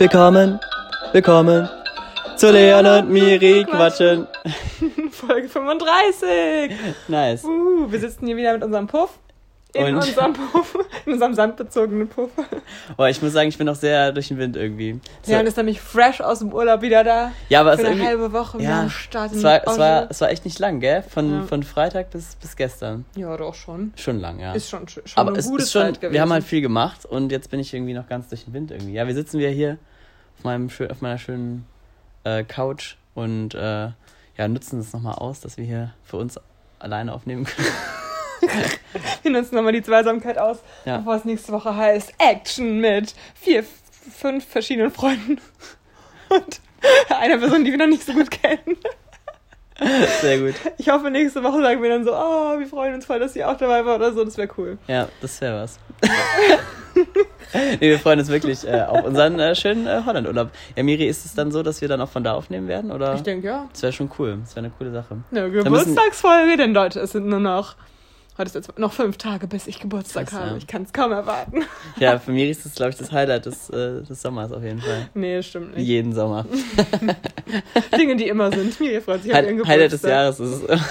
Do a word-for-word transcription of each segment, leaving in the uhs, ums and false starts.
Willkommen, willkommen zu Leon und Miri quatschen. Folge fünfunddreißig. Nice. Uh, wir sitzen hier wieder mit unserem Puff. In Und? unserem Puff. In unserem sandbezogenen Puff. Oh, ich muss sagen, ich bin noch sehr durch den Wind irgendwie. Leon ist nämlich fresh aus dem Urlaub wieder da. Ja, aber es Für ist eine irgendwie... halbe Woche wieder Ja, am Start. es war, es, war, es war echt nicht lang, gell? Von, Ja. von Freitag bis, bis gestern. Ja, doch schon. Schon lang, ja. Ist schon, schon aber eine es gute ist schon, Zeit gewesen. wir haben halt viel gemacht und jetzt bin ich irgendwie noch ganz durch den Wind irgendwie. Ja, wir sitzen wieder hier auf, meinem, schö- auf meiner schönen äh, Couch und äh, ja, nutzen es nochmal aus, dass wir hier für uns alleine aufnehmen können. Wir nutzen nochmal die Zweisamkeit aus, Ja. bevor es nächste Woche heißt Action mit vier, f- fünf verschiedenen Freunden und einer Person, die wir noch nicht so gut kennen. Sehr gut. Ich hoffe, nächste Woche sagen wir dann so, oh, wir freuen uns voll, dass sie auch dabei war oder so. Das wäre cool. Ja, das wäre was. Nee, wir freuen uns wirklich äh, auf unseren äh, schönen äh, Holland-Urlaub. Ja, Miri, ist es dann so, dass wir dann auch von da aufnehmen werden? Oder? Ich denke, ja. Das wäre schon cool. Das wäre eine coole Sache. Eine Geburtstagsfolge, denn Leute, es sind nur noch, heute ist jetzt noch fünf Tage, bis ich Geburtstag Krass, habe. ja. Ich kann es kaum erwarten. Ja, für Miri ist das, glaube ich, das Highlight des, äh, des Sommers auf jeden Fall. Nee, stimmt nicht. Jeden Sommer. Dinge, die immer sind. Miri freut sich auf ihren Hi- Geburtstag. Highlight des Jahres ist es.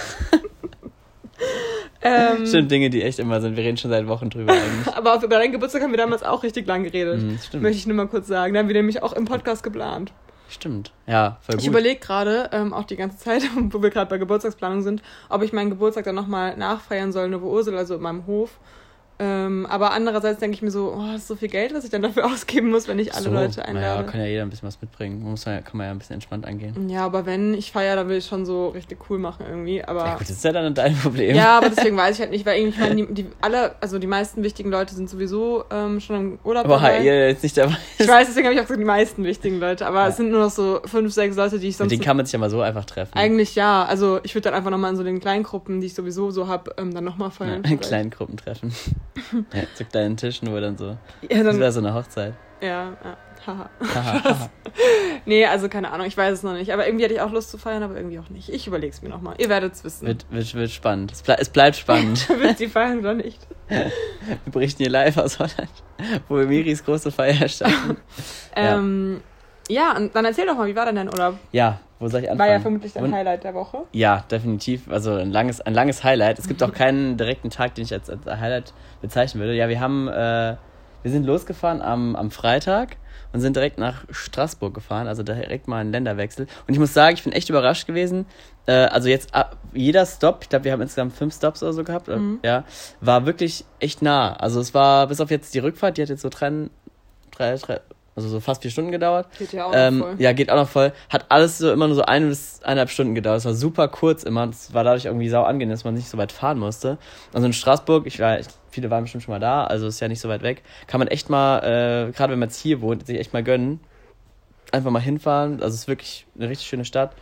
Ähm, Stimmt, Dinge, die echt immer sind. Wir reden schon seit Wochen drüber eigentlich. aber auf, über deinen Geburtstag haben wir damals auch richtig lang geredet. Mhm, stimmt. Möchte ich nur mal kurz sagen. Da haben wir nämlich auch im Podcast geplant. Stimmt. Ja, voll gut. Ich überlege gerade, ähm, auch die ganze Zeit, wo wir gerade bei Geburtstagsplanung sind, ob ich meinen Geburtstag dann nochmal nachfeiern soll, nur wo Ursula, also in meinem Hof. Ähm, aber andererseits denke ich mir so, oh, das ist so viel Geld, was ich dann dafür ausgeben muss, wenn ich alle so, Leute einlade. Naja, kann ja jeder ein bisschen was mitbringen. Muss man ja, kann man ja ein bisschen entspannt angehen. Ja, aber wenn ich feiere, dann will ich schon so richtig cool machen irgendwie. Aber Ja gut, das ist ja dann dein Problem. ja, aber deswegen weiß ich halt nicht, weil irgendwie, ich meine, die, die alle, also die meisten wichtigen Leute sind sowieso ähm, schon im Urlaub Aber dabei. ihr jetzt nicht dabei Ich weiß, deswegen habe ich auch gesagt, die meisten wichtigen Leute. Aber Ja. es sind nur noch so fünf, sechs Leute, die ich sonst Mit denen kann man sich ja mal so einfach treffen. eigentlich ja. Also ich würde dann einfach nochmal in so den kleinen Gruppen, die ich sowieso so habe, ähm, dann nochmal Ja, feiern. in vielleicht. kleinen Gruppen treffen. Ja, zu kleinen Tischen, wo dann so. Ja, Das dann, wäre so eine Hochzeit. ja, ja. Haha. Haha, haha. Nee, also keine Ahnung, ich weiß es noch nicht. Aber irgendwie hätte ich auch Lust zu feiern, aber irgendwie auch nicht. Ich überlege es mir nochmal. Ihr werdet es wissen. wird, wird, wird spannend. Es, ble es bleibt spannend. Wird sie feiern oder nicht? Wir berichten hier live aus Holland, wo wir Miris große Feier starten. Ähm, ja, und dann erzähl doch mal, wie war denn dein Urlaub? Ja, wo soll ich anfangen? War ja vermutlich dein Und- Highlight der Woche. Ja, definitiv. Also ein langes, ein langes Highlight. Es gibt auch keinen direkten Tag, den ich als, als Highlight bezeichnen würde. Ja, wir haben, äh, wir sind losgefahren am, am Freitag und sind direkt nach Straßburg gefahren, also direkt mal einen Länderwechsel. Und ich muss sagen, ich bin echt überrascht gewesen. Äh, also jetzt ab, jeder Stop, ich glaube, wir haben insgesamt fünf Stops oder so gehabt, oder, Mhm. ja, war wirklich echt nah. Also es war, bis auf jetzt die Rückfahrt, die hat jetzt so drei, drei, drei also so fast vier Stunden gedauert. Geht ja auch Ähm, noch voll. ja, geht auch noch voll. Hat alles so immer nur so eine bis eineinhalb Stunden gedauert. Es war super kurz immer. Das war dadurch irgendwie sau angenehm, dass man nicht so weit fahren musste. Also in Straßburg, ich war, ich, viele waren bestimmt schon mal da, also ist ja nicht so weit weg. Kann man echt mal, äh, gerade wenn man jetzt hier wohnt, sich echt mal gönnen. Einfach mal hinfahren. Also es ist wirklich eine richtig schöne Stadt.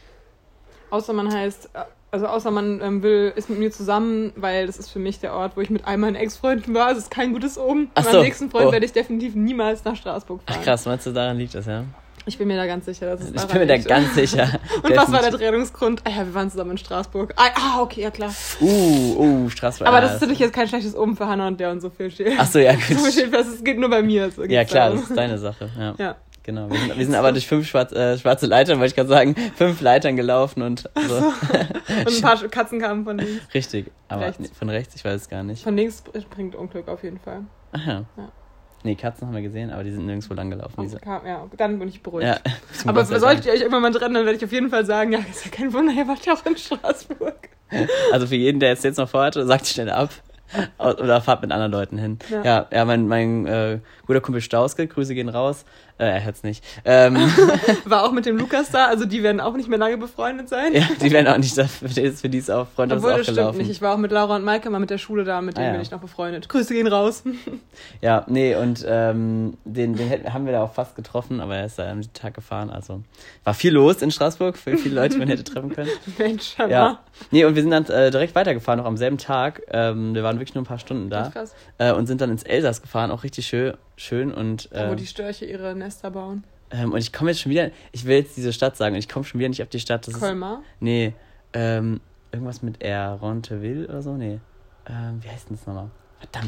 Außer man heißt, äh, also außer man ähm, will, ist mit mir zusammen, weil das ist für mich der Ort, wo ich mit all meinen Ex-Freunden war. Es ist kein gutes Omen. Ach Mit so. meinem nächsten Freund Oh. werde ich definitiv niemals nach Straßburg fahren. Ach krass, meinst du, daran liegt das, ja? Ich bin mir da ganz sicher, dass es Ich daran bin mir da liegt. ganz sicher. Und was war der Definitiv. Trennungsgrund? Ah ja, wir waren zusammen in Straßburg. Ah, ah okay, ja klar. Uh, uh, Straßburg. Aber ah, das ist natürlich jetzt kein schlechtes Omen für Hannah und der und so viel steht. Ach so, ja, So gut. steht fest, es geht nur bei mir. So Ja, geht's klar, darum. das ist deine Sache. Ja. Ja. Genau, wir sind, wir sind aber durch fünf schwarz, äh, schwarze Leitern, wollte ich gerade sagen, fünf Leitern gelaufen und so. Und ein paar Katzen kamen von links. Richtig, aber Rechts. nee, von rechts, ich weiß es gar nicht. Von links bringt Unglück auf jeden Fall. Ach ja. Ja. Nee, Katzen haben wir gesehen, aber die sind nirgendwo lang gelaufen. Und Diese. kam, ja, dann bin ich beruhigt. Ja, zum Aber Gott sei solltet Dank. ihr euch immer mal trennen, dann werde ich auf jeden Fall sagen, ja, ist ja kein Wunder, ihr wart ja auch in Straßburg. Also für jeden, der es jetzt noch vorhatte, sagt schnell ab. Oder fahrt mit anderen Leuten hin. Ja. Ja, ja, mein, mein äh, guter Kumpel Stauske, Grüße gehen raus. Äh, er hört's nicht. Ähm, War auch mit dem Lukas da, also die werden auch nicht mehr lange befreundet sein. ja, die werden auch nicht, für die ist, für die ist auch Freundschaft Obwohl, auch das stimmt gelaufen. nicht. Ich war auch mit Laura und Maike mal mit der Schule da, mit denen Ah, ja. bin ich noch befreundet. Grüße gehen raus. Ja, nee, und ähm, den, den hätten- haben wir da auch fast getroffen, aber er ist da am Tag gefahren. Also war viel los in Straßburg, für viele Leute, die man hätte treffen können. Mensch, Ja. ja. Nee, und wir sind dann äh, direkt weitergefahren, noch am selben Tag. Ähm, wir waren wirklich nur ein paar Stunden da. Krass. Äh, und sind dann ins Elsass gefahren, auch richtig schön. schön und, Da, wo äh, die Störche ihre Nester bauen. ähm, und ich komme jetzt schon wieder, ich will jetzt diese Stadt sagen, und ich komme schon wieder nicht auf die Stadt. Das Colmar? Ist, nee, ähm, irgendwas mit R. Ronteville oder so? Nee. Ähm, wie heißt denn das nochmal? Verdammt.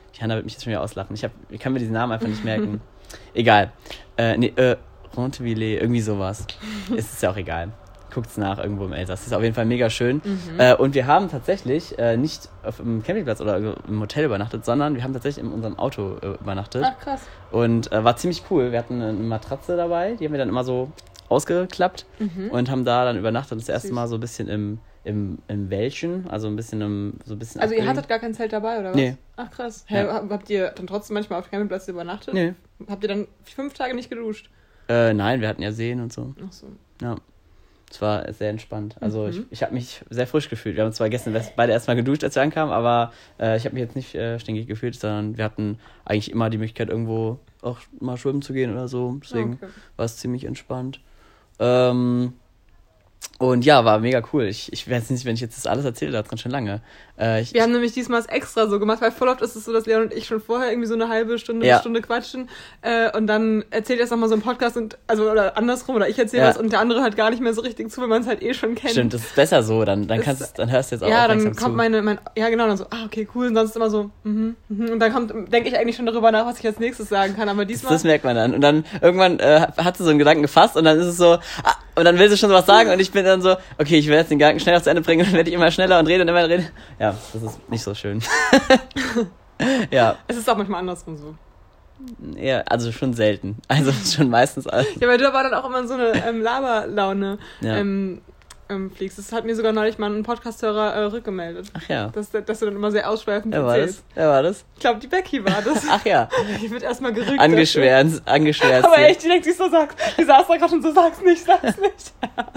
die Hanna wird mich jetzt schon wieder auslachen. Ich, hab, ich kann mir diesen Namen einfach nicht merken. Egal. Äh, nee, äh, Rontevillers, irgendwie sowas. Es ist ja auch egal. Guckt's nach irgendwo im Elsass. Das ist auf jeden Fall mega schön. Mhm. Äh, und wir haben tatsächlich äh, nicht auf dem Campingplatz oder im Hotel übernachtet, sondern wir haben tatsächlich in unserem Auto äh, übernachtet. Ach, krass. Und äh, war ziemlich cool. Wir hatten eine Matratze dabei, die haben wir dann immer so ausgeklappt mhm. und haben da dann übernachtet. Das erste Süß. Mal so ein bisschen im, im, im Wäldchen, also ein bisschen im, so ein bisschen Also abgelegen. Ihr hattet gar kein Zelt dabei, oder was? Nee. Ach, krass. Hey, ja. Habt ihr dann trotzdem manchmal auf dem Campingplatz übernachtet? Nee. Habt ihr dann fünf Tage nicht geduscht? Äh, nein, wir hatten ja Seen und so. Ach so. Ja. Es war sehr entspannt. Also mhm. ich, ich habe mich sehr frisch gefühlt. Wir haben zwar gestern beide erstmal geduscht, als wir ankamen, aber äh, ich habe mich jetzt nicht äh, stinkig gefühlt, sondern wir hatten eigentlich immer die Möglichkeit, irgendwo auch mal schwimmen zu gehen oder so. Deswegen okay. war es ziemlich entspannt. Ähm, und ja, war mega cool. Ich, ich weiß nicht, wenn ich jetzt das alles erzähle, das ganz schön lange. Äh, ich, wir haben nämlich diesmal extra so gemacht, weil voll oft ist es so, dass Leon und ich schon vorher irgendwie so eine halbe Stunde, ja. eine Stunde quatschen äh, und dann erzählt er es nochmal so im Podcast und also oder andersrum oder ich erzähle ja. was und der andere halt gar nicht mehr so richtig zu, wenn man es halt eh schon kennt. Stimmt, das ist besser so, dann, dann, kannst es, dann hörst du jetzt auch ja, aufmerksam dann kommt zu. meine, mein, ja genau, dann so, ah okay, cool und sonst immer so, mhm, mhm. und dann kommt, denke ich eigentlich schon darüber nach, was ich als nächstes sagen kann, aber diesmal... Das, das merkt man dann und dann irgendwann äh, hat sie so einen Gedanken gefasst und dann ist es so, ah, und dann will sie schon so was sagen und ich bin dann so, okay, ich will jetzt den Gedanken schneller zu Ende bringen und dann werde ich immer schneller und rede und immer rede. Ja, das ist nicht so schön. Ja. Es ist auch manchmal andersrum so. Ja, also schon selten. Also schon meistens alles. Ja, weil du aber dann auch immer in so eine ähm, Laberlaune ja. ähm, ähm, fliegst. Das hat mir sogar neulich mal ein Podcast-Hörer äh, rückgemeldet. Ach ja. Dass, dass du dann immer sehr ausschweifend Wer erzählst. War das? Wer war das? Ich glaube, die Becky war das. Ach ja. Die wird erstmal gerückt. Angeschwärzt, angeschwärzt. Aber echt, die denkt sich so, sag's. Die saß da gerade und so, sag's nicht, sag's nicht.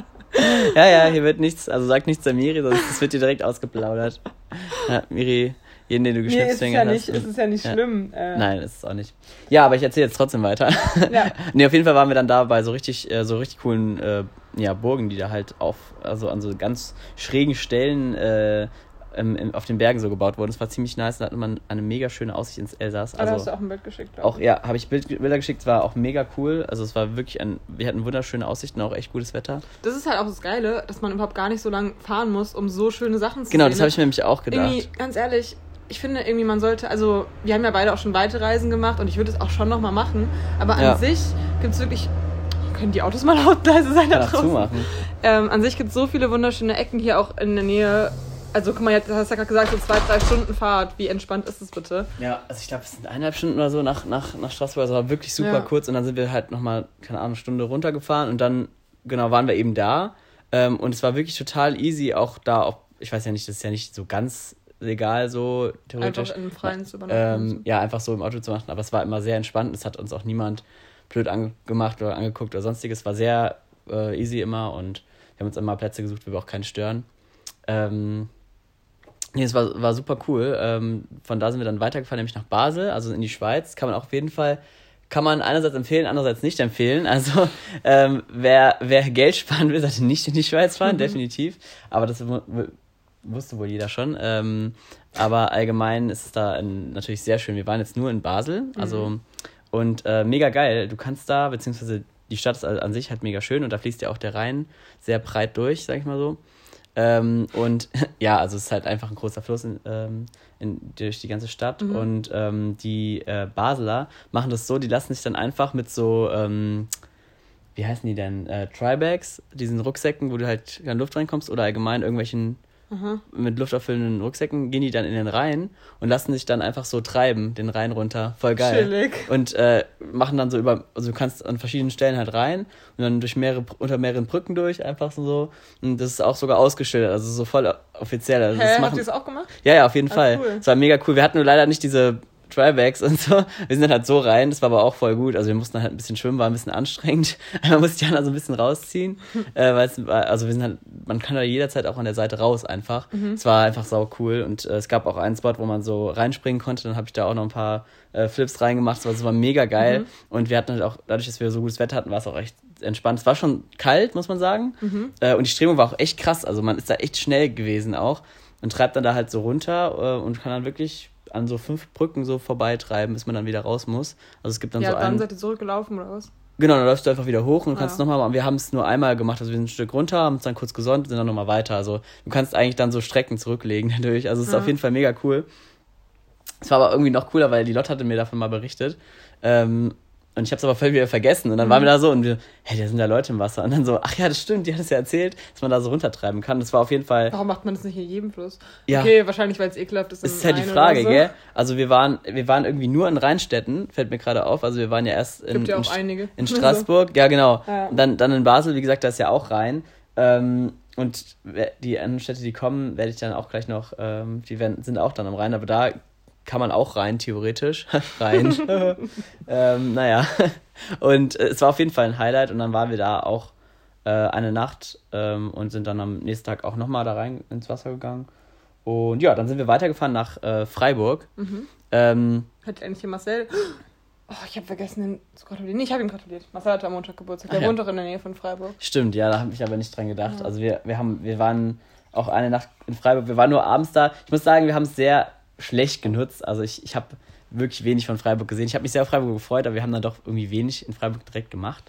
Ja, ja, hier wird nichts, also sag nichts der Miri, sonst das wird dir direkt ausgeplaudert. Ja, Miri, jeden, den du Geschäftsfänger nee, hast. Es ist ja nicht ja. schlimm. Äh. Nein, ist es auch nicht. Ja, aber ich erzähle jetzt trotzdem weiter. Ja. Nee, auf jeden Fall waren wir dann da bei so richtig, äh, so richtig coolen äh, ja, Burgen, die da halt auf, also an so ganz schrägen Stellen äh, im, im, auf den Bergen so gebaut wurden. Das war ziemlich nice, da hatte man eine mega schöne Aussicht ins Elsass. Also, also hast du auch ein Bild geschickt? Auch, ja, habe ich Bild, Bilder geschickt, war auch mega cool. Also es war wirklich ein, wir hatten wunderschöne Aussichten, auch echt gutes Wetter. Das ist halt auch das Geile, dass man überhaupt gar nicht so lange fahren muss, um so schöne Sachen zu genau, sehen. Genau, das habe ich mir nämlich auch gedacht. Irgendwie, ganz ehrlich, ich finde irgendwie, man sollte, also wir haben ja beide auch schon weite Reisen gemacht und ich würde es auch schon nochmal machen, aber an ja. sich gibt es wirklich, können die Autos mal laut leise sein da draußen? Zumachen. Ähm, an sich gibt es so viele wunderschöne Ecken hier auch in der Nähe. Also guck mal, jetzt hast du ja gerade gesagt, so zwei, drei Stunden Fahrt. Wie entspannt ist das bitte? Ja, also ich glaube, es sind eineinhalb Stunden oder so nach, nach, nach Straßburg. Also war wirklich super ja. kurz. Und dann sind wir halt nochmal, keine Ahnung, eine Stunde runtergefahren. Und dann, genau, waren wir eben da. Ähm, und es war wirklich total easy, auch da, auch, ich weiß ja nicht, das ist ja nicht so ganz legal so theoretisch. Einfach im Freien zu übernachten. Ähm, ja, einfach so im Auto zu machen. Aber es war immer sehr entspannt. Es hat uns auch niemand blöd angemacht oder angeguckt oder sonstiges. Es war sehr äh, easy immer. Und wir haben uns immer Plätze gesucht, wo wir auch keinen stören. Ähm... Nee, es war, war super cool. Ähm, von da sind wir dann weitergefahren, nämlich nach Basel, also in die Schweiz. Kann man auch auf jeden Fall, kann man einerseits empfehlen, andererseits nicht empfehlen. Also ähm, wer, wer Geld sparen will, sollte nicht in die Schweiz fahren, mhm. definitiv. Aber das w- w- wusste wohl jeder schon. Ähm, aber allgemein ist es da in, natürlich sehr schön. Wir waren jetzt nur in Basel, also mhm. und äh, mega geil. Du kannst da, beziehungsweise die Stadt ist an sich halt mega schön und da fließt ja auch der Rhein sehr breit durch, sag ich mal so. Ähm, und ja, also es ist halt einfach ein großer Fluss in, ähm, in, durch die ganze Stadt. Mhm. Und ähm, die äh, Basler machen das so, die lassen sich dann einfach mit so, ähm, wie heißen die denn, äh, Tri-Bags, diesen Rucksäcken, wo du halt in Luft reinkommst oder allgemein irgendwelchen mhm. mit Luft auffüllenden Rucksäcken, gehen die dann in den Rhein und lassen sich dann einfach so treiben, den Rhein runter. Voll geil. Chillig. Und äh, machen dann so über, also du kannst an verschiedenen Stellen halt rein und dann durch mehrere, unter mehreren Brücken durch, einfach so. Und das ist auch sogar ausgeschildert, also so voll offiziell. Also Hä, das machen, habt ihr das auch gemacht? Ja, ja, auf jeden ah, Fall. Cool. Es war mega cool. Wir hatten nur leider nicht diese Drybags und so. Wir sind dann halt so rein, das war aber auch voll gut. Also wir mussten halt ein bisschen schwimmen, war ein bisschen anstrengend. Man musste die Hand so ein bisschen rausziehen, äh, weil es war, also wir sind halt, man kann da jederzeit auch an der Seite raus einfach. Mhm. Es war einfach sau cool und äh, es gab auch einen Spot, wo man so reinspringen konnte. Dann habe ich da auch noch ein paar äh, Flips reingemacht. Das war, das war mega geil. Mhm. Und wir hatten halt auch, dadurch, dass wir so gutes Wetter hatten, war es auch echt entspannt. Es war schon kalt, muss man sagen. Mhm. Äh, und die Strömung war auch echt krass. Also man ist da echt schnell gewesen auch und treibt dann da halt so runter äh, und kann dann wirklich an so fünf Brücken so vorbeitreiben, bis man dann wieder raus muss. Also es gibt dann ja, so dann einen... seid ihr zurückgelaufen oder was? Genau, dann läufst du einfach wieder hoch und kannst ja. nochmal... Wir haben es nur einmal gemacht, also wir sind ein Stück runter, haben uns dann kurz gesonnt und sind dann nochmal weiter. Also du kannst eigentlich dann so Strecken zurücklegen dadurch. Also es ist ja. auf jeden Fall mega cool. Es war aber irgendwie noch cooler, weil die Lotte hatte mir davon mal berichtet. Ähm, und ich habe es aber völlig wieder vergessen. Und dann mhm. waren wir da so und wir, hey, da sind da Leute im Wasser. Und dann so, ach ja, das stimmt, die hat es ja erzählt, dass man da so runtertreiben kann. Das war auf jeden Fall... Warum macht man das nicht in jedem Fluss? Ja. Okay, wahrscheinlich, weil es ekelhaft ist. Das ist halt die Frage, so. Gell? Also wir waren, wir waren irgendwie nur in Rheinstädten, fällt mir gerade auf. Also wir waren ja erst in, Gibt ja auch in, einige. in Straßburg. Ja, genau. Ja. Und dann, dann in Basel, wie gesagt, da ist ja auch Rhein. Ähm, und die anderen Städte, die kommen, werde ich dann auch gleich noch, ähm, die werden, sind auch dann am Rhein. Aber da kann man auch rein, theoretisch. rein. ähm, naja. Und äh, es war auf jeden Fall ein Highlight. Und dann waren wir da auch äh, eine Nacht ähm, und sind dann am nächsten Tag auch nochmal da rein ins Wasser gegangen. Und ja, dann sind wir weitergefahren nach äh, Freiburg. Mhm. Ähm, Hat eigentlich hier Marcel... Oh, ich habe vergessen, ihn zu gratulieren. Nee, ich habe ihm gratuliert. Marcel hatte am Montag Geburtstag. Der ja. wohnt doch in der Nähe von Freiburg. Stimmt, ja, da habe ich aber nicht dran gedacht. Ja. Also wir, wir, haben, wir waren auch eine Nacht in Freiburg. Wir waren nur abends da. Ich muss sagen, wir haben es sehr schlecht genutzt. Also ich, ich habe wirklich wenig von Freiburg gesehen. Ich habe mich sehr auf Freiburg gefreut, aber wir haben dann doch irgendwie wenig in Freiburg direkt gemacht.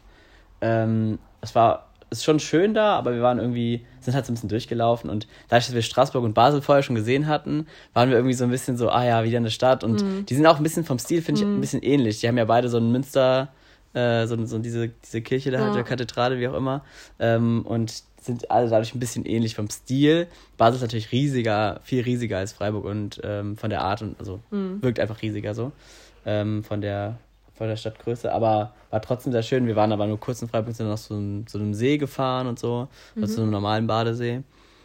Ähm, es war... ist schon schön da, aber wir waren irgendwie, sind halt so ein bisschen durchgelaufen und dadurch, dass wir Straßburg und Basel vorher schon gesehen hatten, waren wir irgendwie so ein bisschen so, ah ja, wieder eine Stadt und mhm. die sind auch ein bisschen vom Stil, finde ich, mhm. ein bisschen ähnlich. Die haben ja beide so ein Münster, äh, so, so diese, diese Kirche da, ja. halt, der Kathedrale, wie auch immer, ähm, und sind alle dadurch ein bisschen ähnlich vom Stil. Basel ist natürlich riesiger, viel riesiger als Freiburg und ähm, von der Art und, also mhm. wirkt einfach riesiger so, ähm, von der von der Stadtgröße, aber war trotzdem sehr schön. Wir waren aber nur kurz in Freiburg, sind noch zu einem, zu einem See gefahren und so, mhm. also zu einem normalen Badesee.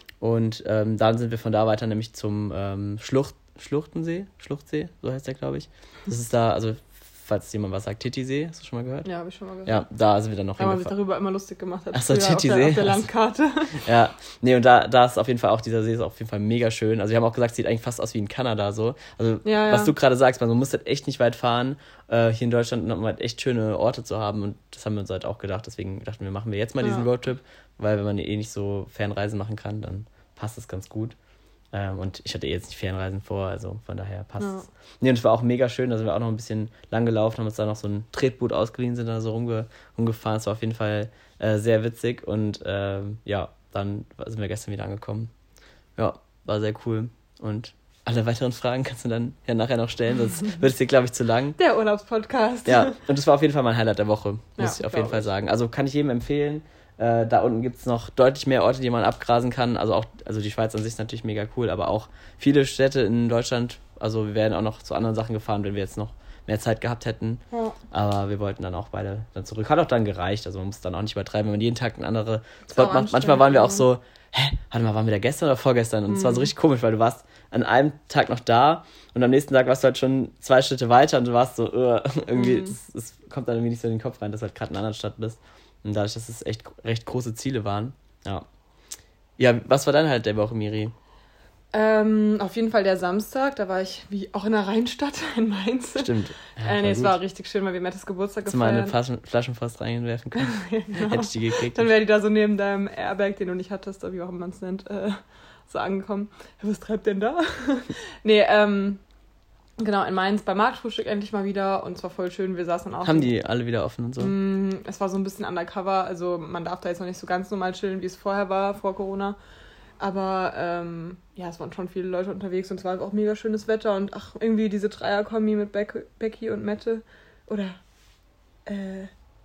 Und ähm, dann sind wir von da weiter nämlich zum ähm, Schlucht, Schluchtensee, Schluchtsee, so heißt der, glaube ich. Das ist da, also falls jemand was sagt, Titisee, hast du schon mal gehört? Ja, habe ich schon mal gehört. Ja, da sind wir dann noch hingefahren. Weil man sich darüber immer lustig gemacht hat. Achso, Titisee. Auf der, auf der Landkarte. Ja, nee, und da, da ist auf jeden Fall auch, dieser See ist auf jeden Fall mega schön. Also wir haben auch gesagt, sieht eigentlich fast aus wie in Kanada so. Also ja, ja. was du gerade sagst, man muss halt echt nicht weit fahren, äh, hier in Deutschland, um halt echt schöne Orte zu haben. Und das haben wir uns halt auch gedacht. Deswegen dachten wir, machen wir jetzt mal diesen ja. Roadtrip. Weil wenn man eh nicht so Fernreisen machen kann, dann passt das ganz gut. Ähm, und ich hatte eh jetzt nicht Fernreisen vor, also von daher passt es. Ja. Nee, und es war auch mega schön, da sind wir auch noch ein bisschen lang gelaufen, haben uns da noch so ein Tretboot ausgeliehen, sind da so rumge- rumgefahren. Es war auf jeden Fall äh, sehr witzig und ähm, ja, dann sind wir gestern wieder angekommen. Ja, war sehr cool und alle weiteren Fragen kannst du dann ja nachher noch stellen, sonst wird es dir, glaube ich, zu lang. Der Urlaubspodcast. Ja, und das war auf jeden Fall mein Highlight der Woche, muss ja, ich auf jeden Fall sagen. Also kann ich jedem empfehlen. Äh, da unten gibt es noch deutlich mehr Orte, die man abgrasen kann. Also auch, also die Schweiz an sich ist natürlich mega cool, aber auch viele Städte in Deutschland. Also wir wären auch noch zu anderen Sachen gefahren, wenn wir jetzt noch mehr Zeit gehabt hätten. Ja. Aber wir wollten dann auch beide dann zurück. Hat auch dann gereicht. Also man muss dann auch nicht übertreiben, wenn man jeden Tag einen anderen Spot macht. Manchmal waren wir auch so, hä, warte mal, waren wir da gestern oder vorgestern? Und es mhm. war so richtig komisch, weil du warst an einem Tag noch da und am nächsten Tag warst du halt schon zwei Schritte weiter und du warst so, uh, irgendwie, mhm. es, es kommt dann irgendwie nicht so in den Kopf rein, dass du halt gerade in einer anderen Stadt bist. Und dadurch, dass es echt recht große Ziele waren. Ja. Ja, was war dann halt der Woche, Miri? Ähm, auf jeden Fall der Samstag, da war ich wie auch in der Rheinstadt in Mainz. Stimmt. Ja, äh, nee, es war richtig schön, weil wir Mettes Geburtstag gefeiert haben. Hättest du mal eine Flaschen, Flaschenpost reinwerfen können? Ja, genau. Hätte ich die gekriegt. Dann wäre die da so neben deinem Airbag, den du nicht hattest, oder wie auch immer man es nennt, äh, so angekommen. Ja, was treibt denn da? nee, ähm... Genau, in Mainz beim Marktfrühstück endlich mal wieder und es war voll schön, wir saßen auch... Haben die alle wieder offen und so? Mm, es war so ein bisschen undercover, also man darf da jetzt noch nicht so ganz normal chillen, wie es vorher war, vor Corona. Aber ähm, ja, es waren schon viele Leute unterwegs und es war auch mega schönes Wetter und ach, irgendwie diese Dreier-Kombi mit Beck- Becky und Mette oder äh,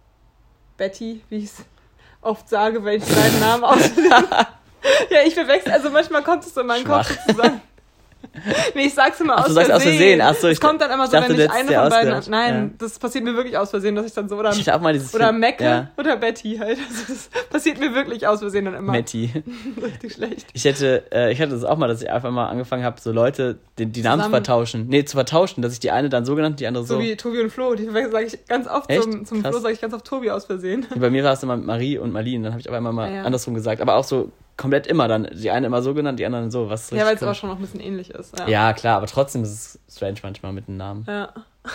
Betty, wie ich es oft sage, weil ich die beiden Namen auswähle. Ja, ich verwechsel, also manchmal kommt es so in meinen Schwach. Kopf zusammen. Nee, ich sag's immer Ach, aus, du sagst Versehen. aus Versehen. Ach so, ich es kommt dann immer so, dachte, wenn ich eine von beiden... ausgehört. Nein, ja. das passiert mir wirklich aus Versehen, dass ich dann so... Oder, ich auch mal dieses oder Mecke ja. oder Betty halt. Also das passiert mir wirklich aus Versehen dann immer. Metti. Richtig schlecht. Ich hätte, äh, ich hatte das auch mal, dass ich einfach mal angefangen habe, so Leute die, die Namen zu vertauschen. Nee, zu vertauschen, dass ich die eine dann so genannt, die andere so. So wie Tobi und Flo. Die sage ich ganz oft Echt? zum, zum Flo, sage ich ganz oft Tobi aus Versehen. Bei mir war es immer Marie und Marlene. Dann habe ich aber immer mal ja, ja. andersrum gesagt. Aber auch so komplett immer dann. Die eine immer so genannt, die anderen so. Was ja, weil es aber schon noch ein bisschen ähnlich ist. Ja. ja, klar, aber trotzdem ist es strange manchmal mit den Namen. Ja.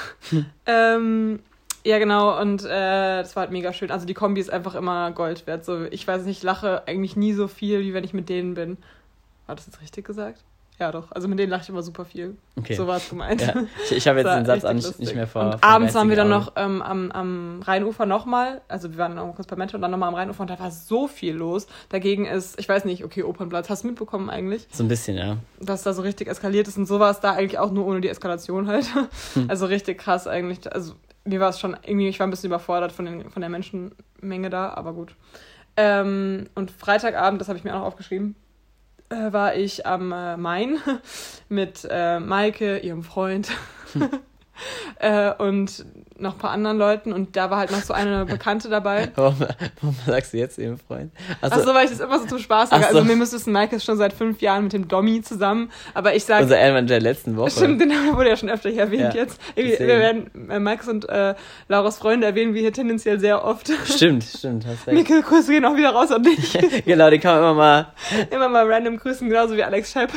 ähm, ja, genau. Und äh, das war halt mega schön. Also die Kombi ist einfach immer Gold wert. So, ich weiß nicht, ich lache eigentlich nie so viel, wie wenn ich mit denen bin. War das jetzt richtig gesagt? Ja, doch. Also mit denen lache ich immer super viel. Okay. So war es gemeint. Ja. Ich, ich habe jetzt den Satz auch nicht, nicht mehr vor. Und abends waren wir dann noch ähm, am, am Rheinufer nochmal. Also wir waren noch kurz bei Mette und dann nochmal am Rheinufer und da war so viel los. Dagegen ist, ich weiß nicht, okay, Opernplatz, hast du mitbekommen eigentlich? So ein bisschen, ja. Dass da so richtig eskaliert ist und so war es da eigentlich auch nur ohne die Eskalation halt. Hm. Also richtig krass eigentlich. Also mir war es schon irgendwie, ich war ein bisschen überfordert von, den, von der Menschenmenge da, aber gut. Ähm, und Freitagabend, das habe ich mir auch noch aufgeschrieben, äh, war ich am äh, Main mit äh, Maike, ihrem Freund äh, und noch ein paar anderen Leuten und da war halt noch so eine Bekannte dabei. Warum, warum sagst du jetzt ihrem Freund? Also, Ach so, weil ich das immer so zum Spaß sage. So. Also mir müsste wissen, Maike ist schon seit fünf Jahren mit dem Dommi zusammen, aber ich sage... Unser Ernmann der letzten Woche. Stimmt, den wurde ja schon öfter hier erwähnt ja, jetzt. Wir werden äh, Maikes und äh, Lauras Freunde erwähnen wir hier tendenziell sehr oft. Stimmt, stimmt, hast recht. Mike, Grüße gehen auch wieder raus an dich. Genau, den kann man immer mal... immer mal random grüßen, genauso wie Alex Schepp.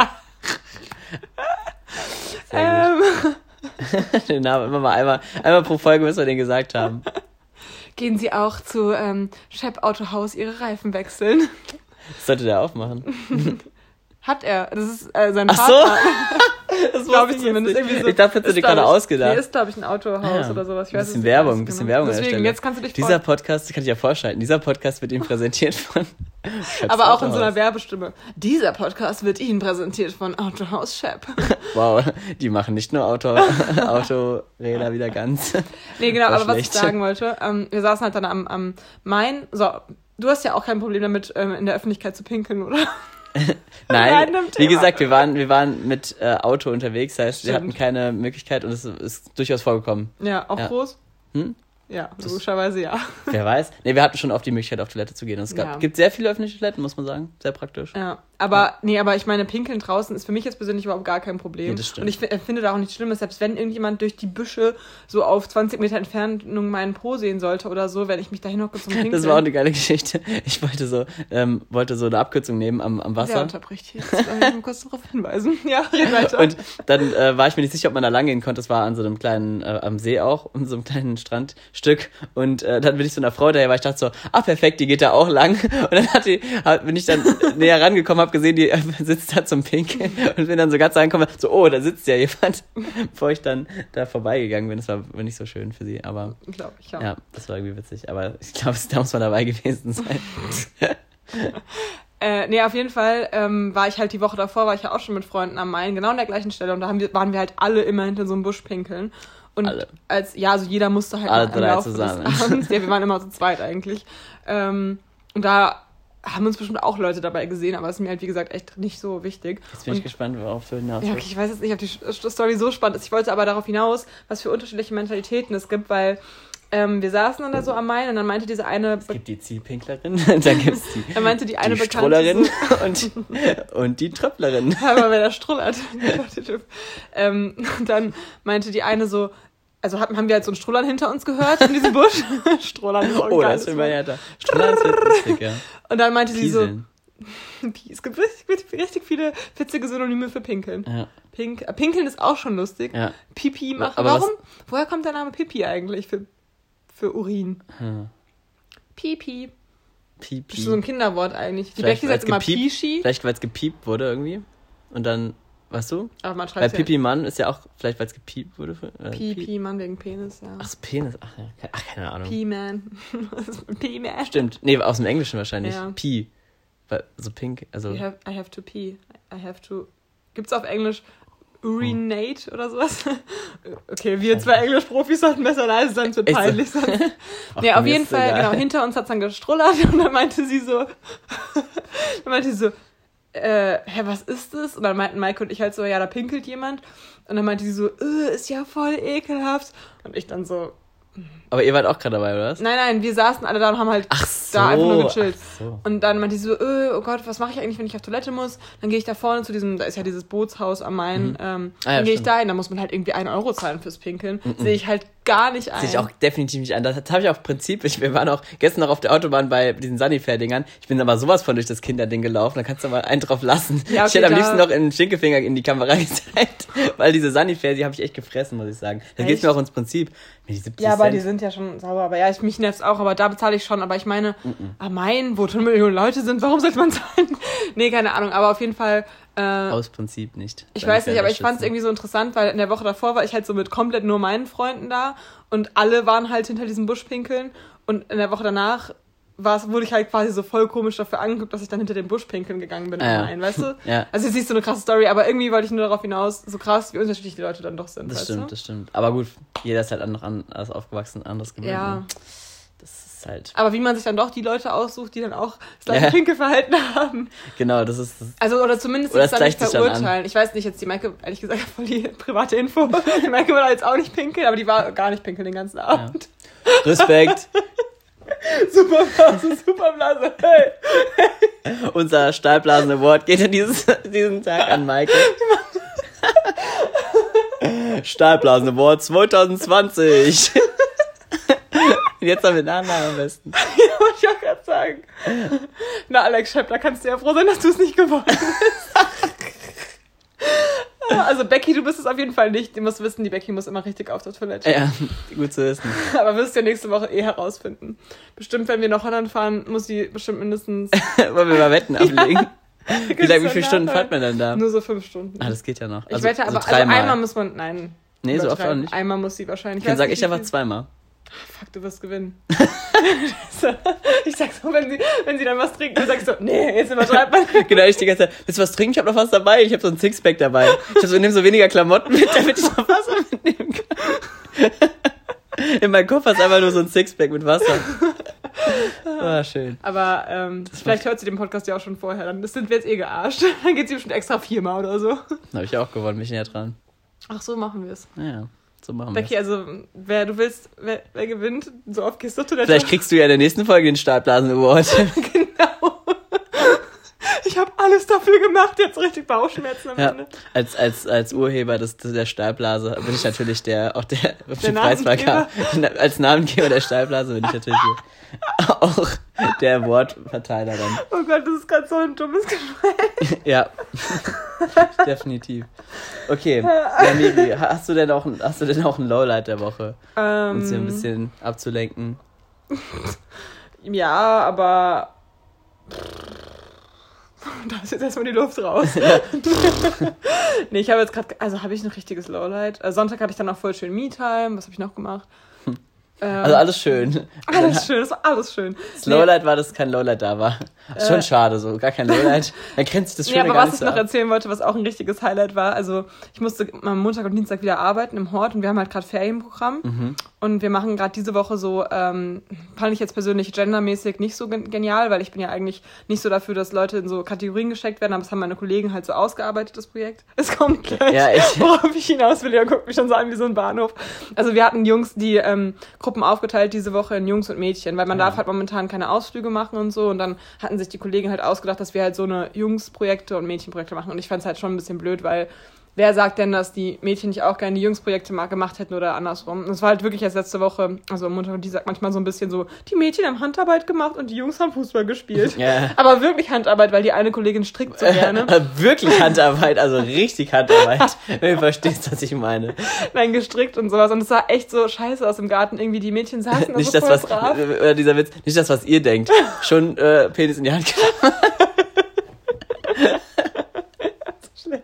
ähm... Den Namen immer mal einmal, einmal pro Folge müssen wir den gesagt haben. Gehen Sie auch zu ähm, Schepp Autohaus Ihre Reifen wechseln? Das sollte der aufmachen. Hat er. Das ist äh, sein Ach Vater. So? Das glaube ich zumindest. Irgendwie so, ich dachte, hättest du dir gerade ausgedacht. Hier ist, glaube ich, ein Autohaus ja. oder sowas. Ich ein weiß bisschen es Werbung, nicht ein bisschen genau. Werbung. Deswegen, jetzt kannst du dich Dieser Podcast, kann ich ja vorschalten, dieser Podcast wird Ihnen präsentiert von Scheps Aber auch Autohaus. In so einer Werbestimme. Dieser Podcast wird Ihnen präsentiert von Autohaus Schepp. Wow, die machen nicht nur Auto, Autoräder wieder ganz. Nee, genau, aber schlecht. Was ich sagen wollte, ähm, wir saßen halt dann am, am Main. So, du hast ja auch kein Problem damit, ähm, in der Öffentlichkeit zu pinkeln, oder? Nein, wie gesagt, wir waren, wir waren mit äh, Auto unterwegs, das heißt, Stimmt. wir hatten keine Möglichkeit und es ist durchaus vorgekommen. Ja, auch ja. groß? Hm? Ja, logischerweise ja. Wer weiß. Nee, wir hatten schon oft die Möglichkeit, auf Toilette zu gehen. Und es gab, ja. gibt sehr viele öffentliche Toiletten, muss man sagen. Sehr praktisch. Ja, aber, ja. nee, aber ich meine, pinkeln draußen ist für mich jetzt persönlich überhaupt gar kein Problem. Nee, das stimmt. Und ich f- finde da auch nichts Schlimmes, selbst wenn irgendjemand durch die Büsche so auf zwanzig Meter Entfernung meinen Po sehen sollte oder so, wenn ich mich da hinhocke zum Pinkeln. Das war auch eine geile Geschichte. Ich wollte so, ähm, wollte so eine Abkürzung nehmen am, am Wasser. Wer unterbricht jetzt? Ich will nur kurz darauf hinweisen. Ja, red weiter. Und dann äh, war ich mir nicht sicher, ob man da lang gehen konnte. Das war an so einem kleinen, äh, am See auch, um so einem kleinen Strandstück. Und äh, dann bin ich so einer Frau daher, weil ich dachte so, ah perfekt, die geht da auch lang. Und dann hat die, hat, bin ich dann näher rangekommen, habe gesehen, die äh, sitzt da zum Pinkeln und bin dann so ganz reingekommen, so, oh, da sitzt ja jemand, bevor ich dann da vorbeigegangen bin. Das war nicht so schön für sie, aber glaub ich, ja. ja, das war irgendwie witzig. Aber ich glaube, da muss man dabei gewesen sein. Äh, nee, auf jeden Fall ähm, war ich halt die Woche davor, war ich ja auch schon mit Freunden am Main, genau an der gleichen Stelle. Und da haben wir, waren wir halt alle immer hinter so einem Busch pinkeln. Und alle. als, ja, also jeder musste halt alle mal im drei Laufe zusammen. des Abends. Ja, wir waren immer zu zweit eigentlich. Ähm, und da haben uns bestimmt auch Leute dabei gesehen, aber es ist mir halt, wie gesagt, echt nicht so wichtig. Jetzt bin und, ich gespannt, worauf du hinaus Ja, okay, ich weiß jetzt nicht, ob die Story so spannend ist. Ich wollte aber darauf hinaus, was für unterschiedliche Mentalitäten es gibt, weil ähm, wir saßen dann da so am Main und dann meinte diese eine... Es gibt die Zielpinklerin, dann gibt es die, dann meinte die eine die Bekannte Strollerin so, und, und die Tröpplerin. Aber wer da strullert. ähm, dann meinte die eine so, also haben wir halt so ein Strullern hinter uns gehört in diesem Busch. Strullern ist auch Oh, das ist immer härter. Strullern ist lustig, ja. Und dann meinte Pieseln. sie so, es gibt richtig, richtig viele witzige Synonyme für Pinkeln. Ja. Pink, äh, Pinkeln ist auch schon lustig. Ja. Pipi machen. Aber Warum? was? Woher kommt der Name Pipi eigentlich für, für Urin? Hm. Pipi. Pipi. Das ist so ein Kinderwort eigentlich. Die Vielleicht, Becky sagt immer gepiept, Pischi. Vielleicht, weil es gepiept wurde irgendwie. Und dann, weißt du? Aber man Weil schreibt ja Pipi Mann ist ja auch, vielleicht weil es gepiept wurde. Für, äh, Pipi, Mann wegen Penis, ja. Ach, so Penis. Ach, ja. Ach, keine Ahnung. P-Man. P-Man. Stimmt. Nee, aus dem Englischen wahrscheinlich. Ja. Pee. Weil, so pink. Also. I have, I have to pee. I have to. Gibt's auf Englisch urinate oder sowas? Okay, wir zwei Englisch-Profis sollten besser leise sein, es wird Echt so? peinlich sein. Ach, Ja, auf mir jeden ist Fall, egal. genau, hinter uns hat's dann gestrullert und dann meinte sie so, dann meinte sie so, äh, hä, was ist das? Und dann meinten Maike und ich halt so, ja, da pinkelt jemand. Und dann meinte sie so, äh, ist ja voll ekelhaft. Und ich dann so, Aber ihr wart auch gerade dabei, oder was? nein, nein, wir saßen alle da und haben halt Ach so. da einfach nur gechillt. Ach so. Und dann meinte sie so, äh, oh Gott, was mache ich eigentlich, wenn ich auf Toilette muss? Dann gehe ich da vorne zu diesem, da ist ja dieses Bootshaus am Main, Mhm. ähm, Ah, ja, dann gehe ich stimmt. da hin, da muss man halt irgendwie einen Euro zahlen fürs Pinkeln. Mhm. Sehe ich halt gar nicht ein. Sehe ich auch definitiv nicht ein. Das habe ich auch Prinzip. Ich, wir waren auch gestern noch auf der Autobahn bei diesen Sunnyfair-Dingern. Ich bin aber sowas von durch das Kinderding gelaufen. Da kannst du mal einen drauf lassen. Ja, okay, ich hätte am liebsten noch einen Stinkefinger in die Kamera gezeigt. Weil diese Sunnyfair, die habe ich echt gefressen, muss ich sagen. Da geht mir auch ins Prinzip. Ja, aber Cent. Die sind ja schon sauber. Aber ja, ich, mich nervt's auch. Aber da bezahle ich schon. Aber ich meine, mm-mm. ah, mein, wo schon Millionen Leute sind, warum sollte man zahlen? Nee, keine Ahnung. Aber auf jeden Fall... Äh, Aus Prinzip nicht. Ich weiß nicht, aber ich fand es irgendwie so interessant, weil in der Woche davor war ich halt so mit komplett nur meinen Freunden da und alle waren halt hinter diesem Busch pinkeln und in der Woche danach war's, wurde ich halt quasi so voll komisch dafür angeguckt, dass ich dann hinter dem Busch pinkeln gegangen bin. Ja. Nein, weißt du? Ja. Also jetzt nicht so eine krasse Story, aber irgendwie wollte ich nur darauf hinaus, so krass, wie unterschiedlich die Leute dann doch sind. Das weißt stimmt, du? das stimmt. Aber gut, jeder ist halt anders aufgewachsen, anders gewöhnt. Ja. Das ist halt... Aber wie man sich dann doch die Leute aussucht, die dann auch das gleiche ja. Pinkelverhalten haben. Genau, das ist... Das also, oder zumindest oder das dann nicht verurteilen. Ich weiß nicht, jetzt die Maike, ehrlich gesagt, voll die private Info. Die Maike war jetzt auch nicht pinkeln, aber die war gar nicht pinkeln den ganzen Abend. Ja. Respekt. Super Blase, super Blase. Hey. Unser Stahlblasen-Award geht an dieses, diesen Tag an Maike. Stahlblasen-Award zwanzig zwanzig. Jetzt noch mit Nachnamen am besten. Ja, wollte ich auch gerade sagen. Na, Alex Schepp, da kannst du ja froh sein, dass du es nicht geworden bist. Also Becky, du bist es auf jeden Fall nicht. Du musst wissen, die Becky muss immer richtig auf der Toilette. Ja, gut zu wissen. Aber wirst du ja nächste Woche eh herausfinden. Bestimmt, wenn wir nach Holland fahren, muss sie bestimmt mindestens... Wollen wir mal Wetten ablegen? Wie, lang, wie viele Stunden fährt man denn da? Nur so fünf Stunden. Ah, das geht ja noch. Also, ich wette, aber so also einmal muss man... Nein. Nee, so oft auch nicht. Einmal muss sie wahrscheinlich... Dann sag ich einfach zweimal. Fuck, du wirst gewinnen. Ich sag so, wenn sie, wenn sie dann was trinken, dann sagst du, nee, jetzt übertreibt man. Genau, ich die ganze Zeit, willst du was trinken? Ich hab noch was dabei. Ich hab so ein Sixpack dabei. Ich hab so, nimm so weniger Klamotten mit, damit ich noch Wasser mitnehmen kann. In meinem Koffer ist einfach nur so ein Sixpack mit Wasser. Ah, schön. Aber ähm, vielleicht hört sie den Podcast ja auch schon vorher. Dann sind wir jetzt eh gearscht. Dann geht sie bestimmt extra viermal oder so. Dann hab ich auch gewonnen, mich näher dran. Ach, so machen wir es. Ja. So machen Becky, wir's. Also, wer du willst, wer, wer gewinnt, so oft gehst du auf Toilette. Vielleicht kriegst du ja in der nächsten Folge den Stahlblasen-Award. Genau. Ich habe alles dafür gemacht, jetzt richtig Bauchschmerzen am ja, Ende. Als, als, als Urheber des, der Stahlblase bin ich natürlich der, auch der, auf der Preisvergabe. Als Namengeber der Stahlblase bin ich natürlich auch der Awardverteiler dann. Oh Gott, das ist gerade so ein dummes Gespräch. Ja, definitiv. Okay, ja, Miri, hast du denn auch, hast du denn auch ein Lowlight der Woche, ähm, um uns hier ein bisschen abzulenken? Ja, aber da ist jetzt erstmal die Luft raus. Ja. Nee, ich habe jetzt gerade, also habe ich ein richtiges Lowlight. Also Sonntag hatte ich dann auch voll schön Me-Time. Was habe ich noch gemacht? Ähm, also alles schön. Alles schön, das war alles schön. Das Lowlight war, dass kein Lowlight da war. Äh, Schon schade, so gar kein Lowlight. Dann grenzt sich das Schöne nee, aber gar was nicht ich noch ab. erzählen wollte, was auch ein richtiges Highlight war, also ich musste am Montag und Dienstag wieder arbeiten im Hort und wir haben halt gerade Ferienprogramm mhm. und wir machen gerade diese Woche so, ähm, fand ich jetzt persönlich gendermäßig nicht so gen- genial, weil ich bin ja eigentlich nicht so dafür, dass Leute in so Kategorien gesteckt werden, aber das haben meine Kollegen halt so ausgearbeitet, das Projekt. Es kommt gleich, ja, ich worauf ich hinaus will, ihr guckt mich schon so an wie so ein Bahnhof. Also wir hatten Jungs, die ähm, Gruppen aufgeteilt diese Woche in Jungs und Mädchen, weil man ja. darf halt momentan keine Ausflüge machen und so und dann hatten sich die Kollegen halt ausgedacht, dass wir halt so eine Jungs-Projekte und Mädchenprojekte machen und ich fand es halt schon ein bisschen blöd, weil wer sagt denn, dass die Mädchen nicht auch gerne die Jungs-Projekte mal gemacht hätten oder andersrum? Und es war halt wirklich erst letzte Woche, also am Montag und Dienstag manchmal so ein bisschen so, die Mädchen haben Handarbeit gemacht und die Jungs haben Fußball gespielt. Ja. Aber wirklich Handarbeit, weil die eine Kollegin strickt so gerne. Wirklich Handarbeit, also richtig Handarbeit, wenn du verstehst, was ich meine. Nein, gestrickt und sowas und es sah echt so scheiße aus im Garten, irgendwie die Mädchen saßen nicht so das, voll was, brav. Oder dieser Witz, nicht das, was ihr denkt. Schon äh, Penis in die Hand genommen. Schlecht.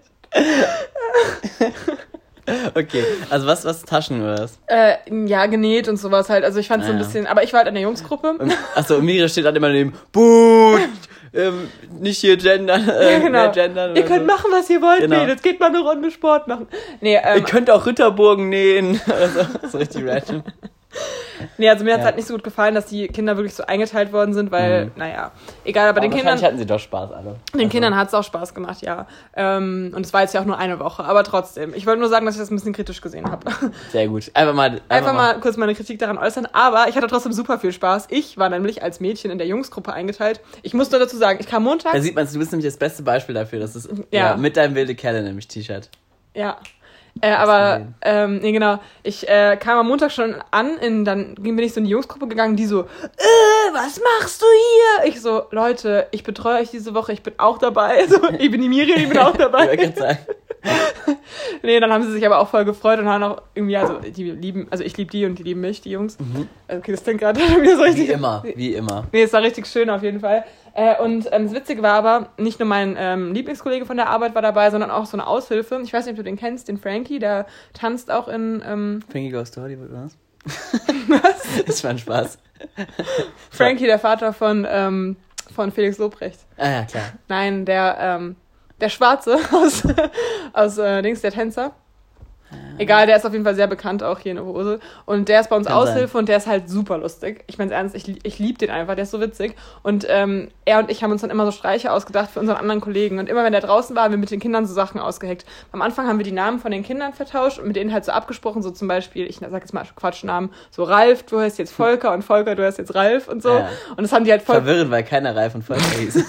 Okay, also was, was Taschen oder was? Äh, ja, genäht und sowas halt. Also ich fand es ah, so ein bisschen, aber ich war halt in der Jungsgruppe. Achso, und Miri steht dann immer daneben, buh, ähm, nicht hier gendern, äh, ja, genau. mehr gendern. Ihr könnt so. machen, was ihr wollt, genau. Mädels. Geht mal eine Runde Sport machen. Nee, ähm, ihr könnt auch Ritterburgen nähen. Also, das ist richtig random. Nee, also mir hat es ja. halt nicht so gut gefallen, dass die Kinder wirklich so eingeteilt worden sind, weil, mhm. naja, egal, aber, aber den Kindern... hatten sie doch Spaß, alle. Den also. Kindern hat es auch Spaß gemacht, ja. Ähm, und es war jetzt ja auch nur eine Woche, aber trotzdem. Ich wollte nur sagen, dass ich das ein bisschen kritisch gesehen habe. Sehr gut. Einfach mal... Einfach, einfach mal, mal kurz meine Kritik daran äußern, aber ich hatte trotzdem super viel Spaß. Ich war nämlich als Mädchen in der Jungsgruppe eingeteilt. Ich muss nur dazu sagen, ich kam Montag... Da sieht man, du bist nämlich das beste Beispiel dafür, das ist ja. ja, mit deinem wilde Kerle nämlich T-Shirt. Ja. Äh, aber, ähm, nee, genau. Ich äh, kam am Montag schon an, in, dann bin ich so in die Jungsgruppe gegangen, die so, äh, was machst du hier? Ich so, Leute, ich betreue euch diese Woche, ich bin auch dabei. So, ich bin die Miriam, ich bin auch dabei. Ich sagen. Nee, dann haben sie sich aber auch voll gefreut und haben auch irgendwie, also die lieben, also ich liebe die und die lieben mich, die Jungs. Mhm. Okay, das klingt gerade wieder so richtig. Wie immer, wie immer. Nee, es war richtig schön auf jeden Fall. Äh, und ähm, das Witzige war aber, nicht nur mein ähm, Lieblingskollege von der Arbeit war dabei, sondern auch so eine Aushilfe. Ich weiß nicht, ob du den kennst, den Frankie, der tanzt auch in... Ähm Frankie Goes to Hollywood, was? Was? Das war ein Spaß. Frankie, der Vater von, ähm, von Felix Lobrecht. Ah ja, klar. Nein, der, ähm, der Schwarze aus, aus äh, Dings, der Tänzer. Egal, der ist auf jeden Fall sehr bekannt auch hier in Oberursel. Und der ist bei uns Kann Aushilfe sein. Und der ist halt super lustig. Ich meine ernst, ich, ich liebe den einfach, der ist so witzig. Und ähm, er und ich haben uns dann immer so Streiche ausgedacht für unseren anderen Kollegen. Und immer wenn der draußen war, haben wir mit den Kindern so Sachen ausgeheckt. Am Anfang haben wir die Namen von den Kindern vertauscht und mit denen halt so abgesprochen, so zum Beispiel, ich sag jetzt mal Quatschnamen, so Ralf, du heißt jetzt Volker und Volker, du heißt jetzt Ralf und so. Ja. Und das haben die halt voll... Verwirrend, weil keiner Ralf und Volker hieß.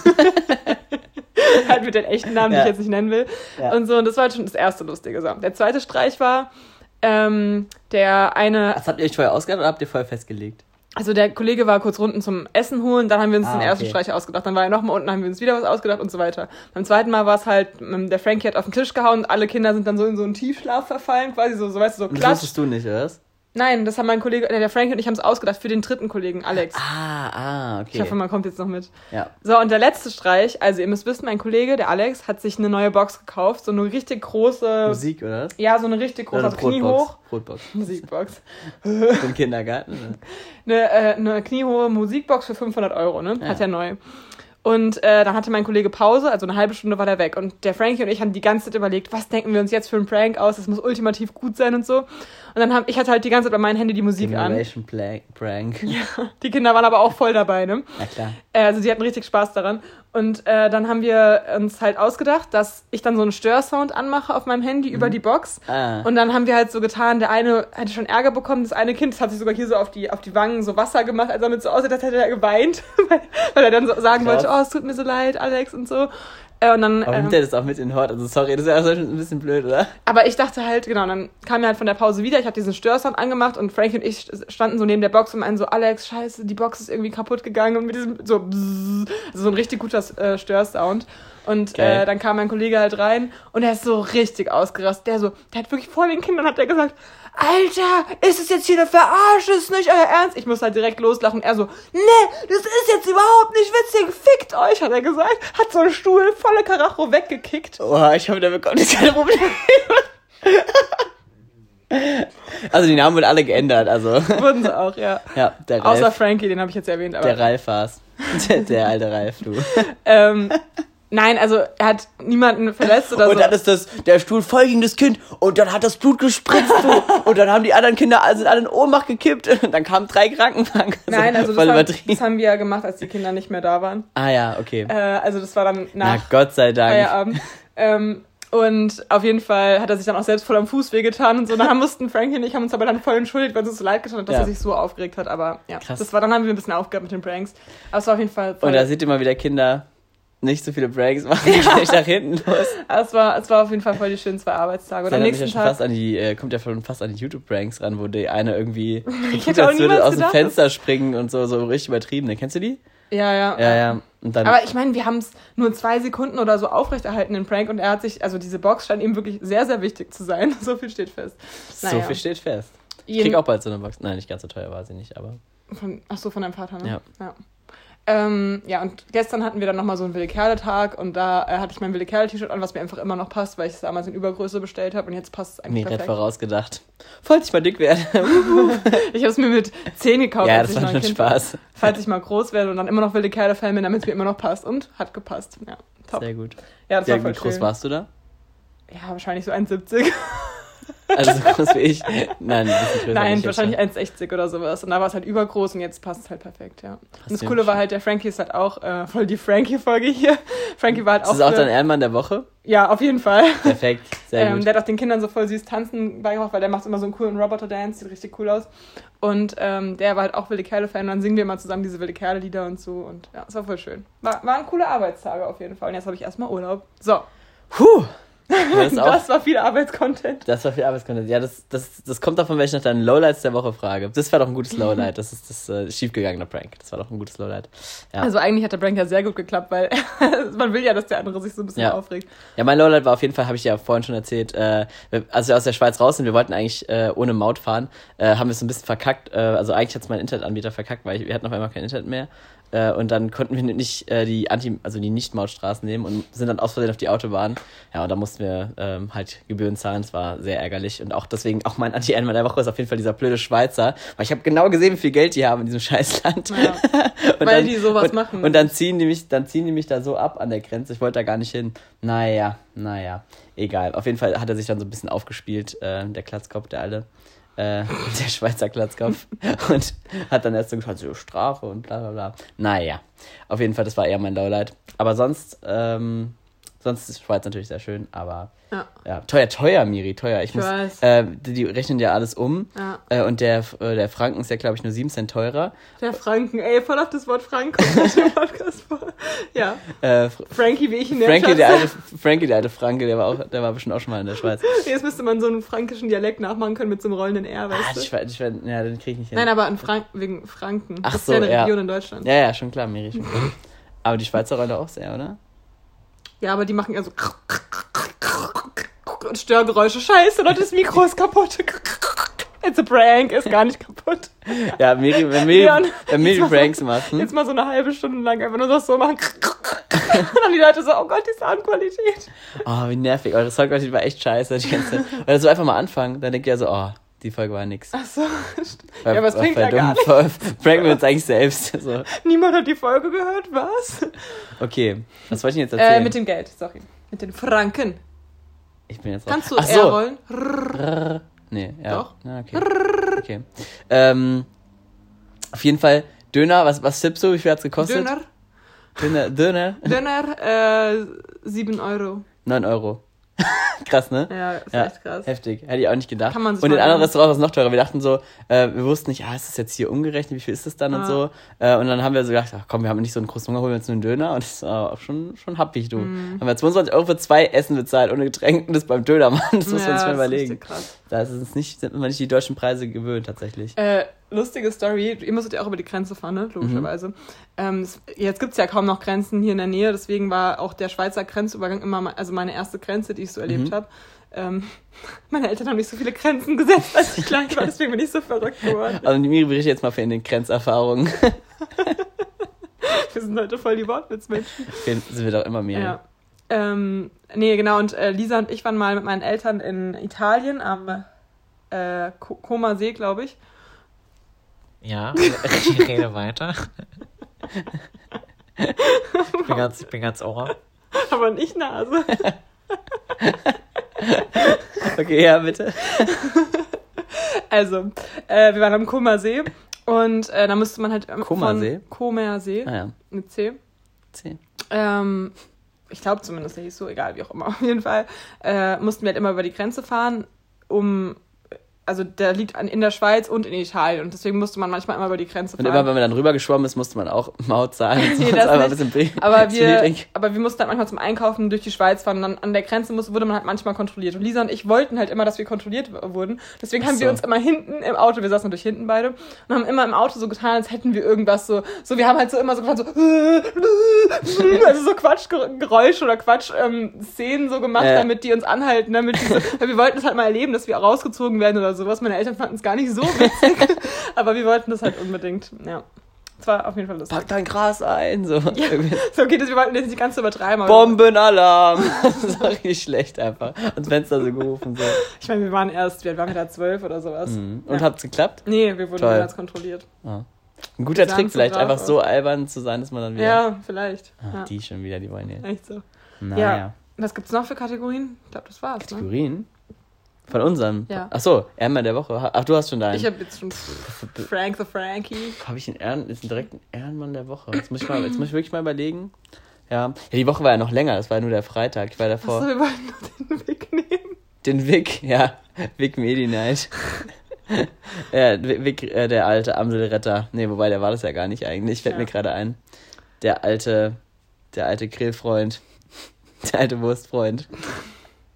Halt mit den echten Namen, ja. die ich jetzt nicht nennen will. Ja. Und so, und das war halt schon das erste Lustige. So. Der zweite Streich war, ähm, der eine... Was habt ihr euch vorher ausgedacht oder habt ihr vorher festgelegt? Also der Kollege war kurz unten zum Essen holen, dann haben wir uns ah, den ersten okay. Streich ausgedacht. Dann war er nochmal unten, haben wir uns wieder was ausgedacht und so weiter. Beim zweiten Mal war es halt, der Frankie hat auf den Tisch gehauen und alle Kinder sind dann so in so einen Tiefschlaf verfallen, quasi so, so weißt du, so klatsch. Das wusstest du nicht, oder was? Nein, das haben mein Kollege, der Frankie und ich haben es ausgedacht für den dritten Kollegen, Alex. Ah, ah, okay. Ich hoffe, man kommt jetzt noch mit. Ja. So, und der letzte Streich, also ihr müsst wissen, mein Kollege, der Alex, hat sich eine neue Box gekauft, so eine richtig große... Musik, oder was? Ja, so eine richtig große, also Knie hoch. Brotbox. Musikbox. Für den Kindergarten, oder? Eine, äh, eine kniehohe Musikbox für fünfhundert Euro, ne? Ja. Hat er neu. Und äh, dann hatte mein Kollege Pause, also eine halbe Stunde war der weg. Und der Frankie und ich haben die ganze Zeit überlegt, was denken wir uns jetzt für einen Prank aus? Das muss ultimativ gut sein und so. Und dann hab ich hatte halt die ganze Zeit bei meinem Handy die Musik Generation an. Prank. Ja, die Kinder waren aber auch voll dabei, ne? Na klar. Äh, also die hatten richtig Spaß daran. Und äh, dann haben wir uns halt ausgedacht, dass ich dann so einen Störsound anmache auf meinem Handy mhm. über die Box. Ah. Und dann haben wir halt so getan, der eine hatte schon Ärger bekommen, das eine Kind, das hat sich sogar hier so auf die, auf die Wangen so Wasser gemacht, als damit so aussieht, als hätte er geweint, weil, weil er dann so sagen Krass. wollte, oh, es tut mir so leid, Alex und so. Und dann, aber nimmt ähm, er das auch mit in den Hort? Also sorry, das ist ja auch ein bisschen blöd, oder? Aber ich dachte halt, genau, dann kam er halt von der Pause wieder, ich habe diesen Störsound angemacht und Frankie und ich standen so neben der Box und meinten so, Alex, scheiße, die Box ist irgendwie kaputt gegangen und mit diesem so bzzz, also so ein richtig guter äh, Störsound. Und äh, dann kam mein Kollege halt rein und er ist so richtig ausgerastet. Der so, der hat wirklich vor den Kindern hat der gesagt, Alter, ist es jetzt hier eine Verarsche? Ist nicht euer Ernst? Ich muss halt direkt loslachen. Und er so, nee, das ist jetzt überhaupt nicht witzig. Fickt euch, hat er gesagt. Hat so einen Stuhl volle Karacho weggekickt. Oh, ich hoffe, der bekommt jetzt keine Probleme. Also die Namen wurden alle geändert, also. Wurden sie auch, ja. Ja, der Ralf. Außer Frankie, den habe ich jetzt erwähnt. Aber der Ralf war's. Der, der alte Ralf, du. ähm... Nein, also er hat niemanden verletzt oder und so. Und dann ist das, der Stuhl voll gegen das Kind und dann hat das Blut gespritzt du. Und dann haben die anderen Kinder also alle in Ohnmacht gekippt und dann kamen drei Krankenwagen. Nein, also das, haben, das haben wir ja gemacht, als die Kinder nicht mehr da waren. Ah ja, okay. Äh, also das war dann nach Na Gott sei Dank. Feierabend. ähm, und auf jeden Fall hat er sich dann auch selbst voll am Fuß wehgetan und so. Dann mussten Frankie und ich haben uns aber dann voll entschuldigt, weil es uns so leid getan hat, dass ja. er sich so aufgeregt hat. Aber ja, Krass. das war, dann haben wir ein bisschen aufgehört mit den Pranks. Aber es war auf jeden Fall voll. Und da seht ihr mal wieder Kinder... nicht so viele Pranks machen, die ja. nach hinten los. Es war, es war auf jeden Fall voll die schönen zwei Arbeitstage. Und am nächsten ja schon Tag fast an die, äh, kommt ja schon fast an die YouTube-Pranks ran, wo die eine irgendwie ich hätte auch würde aus dem gedacht, Fenster springen und so, so richtig übertrieben. Kennst du die? Ja, ja. Ja, ja. Und dann, aber ich meine, wir haben es nur zwei Sekunden oder so aufrechterhalten, den Prank, und er hat sich, also diese Box scheint ihm wirklich sehr, sehr wichtig zu sein. So viel steht fest. Naja. So viel steht fest. Ich krieg auch bald so eine Box. Nein, nicht ganz so teuer war sie nicht, aber... Von, ach so, von deinem Vater, ne? Ja. Ja. Ähm, ja, und gestern hatten wir dann nochmal so einen Willi-Kerle-Tag und da äh, hatte ich mein Willi-Kerle-T-Shirt an, was mir einfach immer noch passt, weil ich es damals in Übergröße bestellt habe und jetzt passt es eigentlich mir perfekt. Mir vorausgedacht. Wollte ich mal dick werden. Ich habe es mir mit zehn gekauft. Ja, das war schon kind Spaß. War, falls ich mal groß werde und dann immer noch Willi-Kerle-Fan bin, damit es mir immer noch passt. Und hat gepasst. Ja, top. Sehr gut. Ja, das ja, war voll wie groß schön. warst du da? Ja, wahrscheinlich so eins siebzig. Also so groß wie ich? Nein, ein bisschen größer. Nein, wahrscheinlich eins sechzig oder sowas. Und da war es halt übergroß und jetzt passt es halt perfekt, ja. Und das Coole war halt, der Frankie ist halt auch äh, voll die Frankie-Folge hier. Frankie war halt ist auch... Ist das auch dein Ehrenmann der Woche? Ja, auf jeden Fall. Perfekt, sehr ähm, gut. Der hat auch den Kindern so voll süß tanzen beigebracht, weil der macht immer so einen coolen Roboter-Dance, sieht richtig cool aus. Und ähm, der war halt auch Willi-Kerle-Fan und dann singen wir immer zusammen diese Willi-Kerle-Lieder und so. Und ja, es war voll schön. War, waren coole Arbeitstage auf jeden Fall. Und jetzt habe ich erstmal Urlaub. So. Puh. Das, das auch, war viel Arbeitscontent. Das war viel Arbeitscontent. Ja, das, das, das kommt davon, wenn ich nach deinen Lowlights der Woche frage. Das war doch ein gutes Lowlight. Das ist das äh, schiefgegangene Prank. Das war doch ein gutes Lowlight. Ja. Also eigentlich hat der Prank ja sehr gut geklappt, weil man will ja, dass der andere sich so ein bisschen ja. aufregt. Ja, mein Lowlight war auf jeden Fall, habe ich ja vorhin schon erzählt, äh, als wir aus der Schweiz raus sind, wir wollten eigentlich äh, ohne Maut fahren, äh, haben wir es so ein bisschen verkackt. Äh, also eigentlich hat es mein Internetanbieter verkackt, weil ich, wir hatten auf einmal kein Internet mehr. Äh, und dann konnten wir nicht äh, die Anti, also die Nicht-Mautstraßen nehmen und sind dann aus Versehen auf die Autobahn. Ja, und da mussten wir ähm, halt Gebühren zahlen. Das war sehr ärgerlich. Und auch deswegen, auch mein Anti-Einmal der Woche ist auf jeden Fall dieser blöde Schweizer. Weil ich habe genau gesehen, wie viel Geld die haben in diesem Scheißland. Ja, weil dann, die sowas und, machen. Und dann ziehen die mich, dann ziehen die mich da so ab an der Grenze. Ich wollte da gar nicht hin. Naja, naja. Egal. Auf jeden Fall hat er sich dann so ein bisschen aufgespielt, äh, der Klatzkopf, der alle. Äh, der Schweizer Klatzkopf. Und hat dann erst so gesagt, so Strafe und bla bla bla. Naja, auf jeden Fall, das war eher mein Lowlight. Aber sonst, ähm, sonst ist Schweiz natürlich sehr schön, aber ja, ja teuer, teuer, Miri, teuer. Ich, ich muss, weiß. Äh, die, die rechnen ja alles um. Ja. Äh, und der, äh, der Franken ist ja, glaube ich, nur sieben Cent teurer. Der Franken, ey, voll auf das Wort Franken. Ja. Äh, Frankie, wie ich ihn Frankie, der alte, Frankie, der alte Franke, der war, auch, der war bestimmt auch schon mal in der Schweiz. Jetzt müsste man so einen fränkischen Dialekt nachmachen können mit so einem rollenden R, weißt ah, du? Ich, ich, ich, ja, den krieg ich nicht hin. Nein, aber in Frank wegen Franken. Ach das so, ist ja eine ja. Region in Deutschland. Ja, ja, schon klar, Miri, schon klar. Aber die Schweizer rollen auch sehr, oder? Ja, aber die machen ja so und Störgeräusche. Scheiße, Leute, das Mikro ist kaputt. It's a prank, ist gar nicht kaputt. Ja, Miri, wenn Miri, Leon, wenn Miri jetzt Pranks mal, machen. Jetzt mal so eine halbe Stunde lang einfach nur das so machen. Und dann die Leute so, oh Gott, die Soundqualität. Oh, wie nervig. Eure Soundqualität war echt scheiße die ganze Zeit. Weil so einfach mal anfangen, dann denkt ihr so, oh, die Folge war nix. Ach so. War, ja, aber es bringt ja gar nichts. Pranken wir uns eigentlich selbst. So. Niemand hat die Folge gehört, was? Okay, was wollte ich denn jetzt erzählen? Äh, mit dem Geld, sorry. Mit den Franken. Ich bin jetzt Kannst du Ach R so. rollen? Rrr. Nee, ja. Doch. Ja, okay. okay. Ähm, auf jeden Fall, Döner, was, was tippst du? Wie viel hat's gekostet? Döner. Döner. Döner. Döner, äh, sieben Euro. neun Euro. Krass, ne? Ja, ist ja, echt krass. Heftig. Hätte ich auch nicht gedacht. Kann man sich und in mal anderen nehmen. Restaurants war es noch teurer. Wir dachten so, äh, wir wussten nicht, ah, ist das jetzt hier umgerechnet, wie viel ist das dann Ah. und so. Äh, und dann haben wir so gedacht, ach komm, wir haben nicht so einen großen Hunger, holen wir uns nur einen Döner. Und das war auch schon, schon happig, du. Mm. Haben wir zweiundzwanzig Euro für zwei Essen bezahlt, ohne Getränke und das beim Döner, Mann. Das muss Ja, man sich mal das ist überlegen. richtig krass. Da ist es nicht, sind wir nicht die deutschen Preise gewöhnt, tatsächlich. Äh, lustige Story, ihr müsstet ja auch über die Grenze fahren, ne? Logischerweise. Mhm. Ähm, es, jetzt gibt's ja kaum noch Grenzen hier in der Nähe, deswegen war auch der Schweizer Grenzübergang immer mal, also meine erste Grenze, die ich so erlebt Mhm. habe. Ähm, meine Eltern haben nicht so viele Grenzen gesetzt, als ich klein war, deswegen bin ich so verrückt geworden. Also die Miri berichtet jetzt mal von den Grenzerfahrungen. Wir sind heute voll die Wortwitzmenschen. Okay, sind wir doch immer mehr. Ja. Ähm, nee, genau, und äh, Lisa und ich waren mal mit meinen Eltern in Italien am äh, Ko- Koma See, glaube ich. Ja, ich rede weiter. Ich bin ganz, ich bin ganz Ohr. Aber nicht Nase. Okay, ja, bitte. Also, äh, wir waren am Koma See und äh, da musste man halt ähm, Koma von See? Koma See Ah ja, mit C. C. Ähm, ich glaube zumindest, der hieß so, egal, wie auch immer. Auf jeden Fall äh, mussten wir halt immer über die Grenze fahren, um, also der liegt an, in der Schweiz und in Italien und deswegen musste man manchmal immer über die Grenze Und fahren. immer, wenn man dann rübergeschwommen ist, musste man auch Maut zahlen. Nee, Das das war ein nicht. bisschen aber, zu wir, niedrig. aber wir mussten halt manchmal zum Einkaufen durch die Schweiz fahren und dann an der Grenze musste, wurde man halt manchmal kontrolliert. Und Lisa und ich wollten halt immer, dass wir kontrolliert w- wurden. Deswegen haben Ach so. wir uns immer hinten im Auto, wir saßen natürlich hinten beide, und haben immer im Auto so getan, als hätten wir irgendwas so, so wir haben halt so immer so getan, so also so Quatschgeräusche oder Quatsch-Szenen so gemacht, Ja. damit die uns anhalten, damit die so, weil wir wollten es halt mal erleben, dass wir rausgezogen werden oder sowas. Meine Eltern fanden es gar nicht so witzig, aber wir wollten das halt unbedingt, ja. Es war auf jeden Fall lustig. Pack dein Gras ein. So, Irgendwie. So geht es, wir wollten jetzt nicht ganz übertreiben. Aber Bombenalarm. Das war richtig schlecht einfach. Ans Fenster so gerufen. So. ich meine, wir waren erst, wir waren wieder zwölf oder sowas. Mhm. Und Ja. hat's geklappt? Nee, wir wurden Toll. bereits kontrolliert. Ah. Ein guter Die sahen Trick, so vielleicht brav einfach aus. so albern zu sein, dass man dann wieder... Ja, vielleicht. Ah, Ja. Die schon wieder, die wollen hier. Echt so. Naja. Ja. Was gibt's noch für Kategorien? Ich glaube, das war's. Ne? Kategorien? Von unserem? Ja. Ach so, Ehrenmann der Woche. Ach, du hast schon deinen. Ich habe jetzt schon Frank the Frankie. Habe ich einen Ehren, ist direkt ein Ehrenmann der Woche. Jetzt muss ich mal, jetzt muss ich wirklich mal überlegen. Ja. Ja, die Woche war ja noch länger, das war ja nur der Freitag. Ich war davor. Achso, wir wollten noch den Weg nehmen. Den Vic, ja. Vic Medi Night. Ja, Vic, äh, der alte Amselretter. Nee, wobei, der war das ja gar nicht eigentlich. Fällt Ja. mir gerade ein. Der alte, der alte Grillfreund. Der alte Wurstfreund.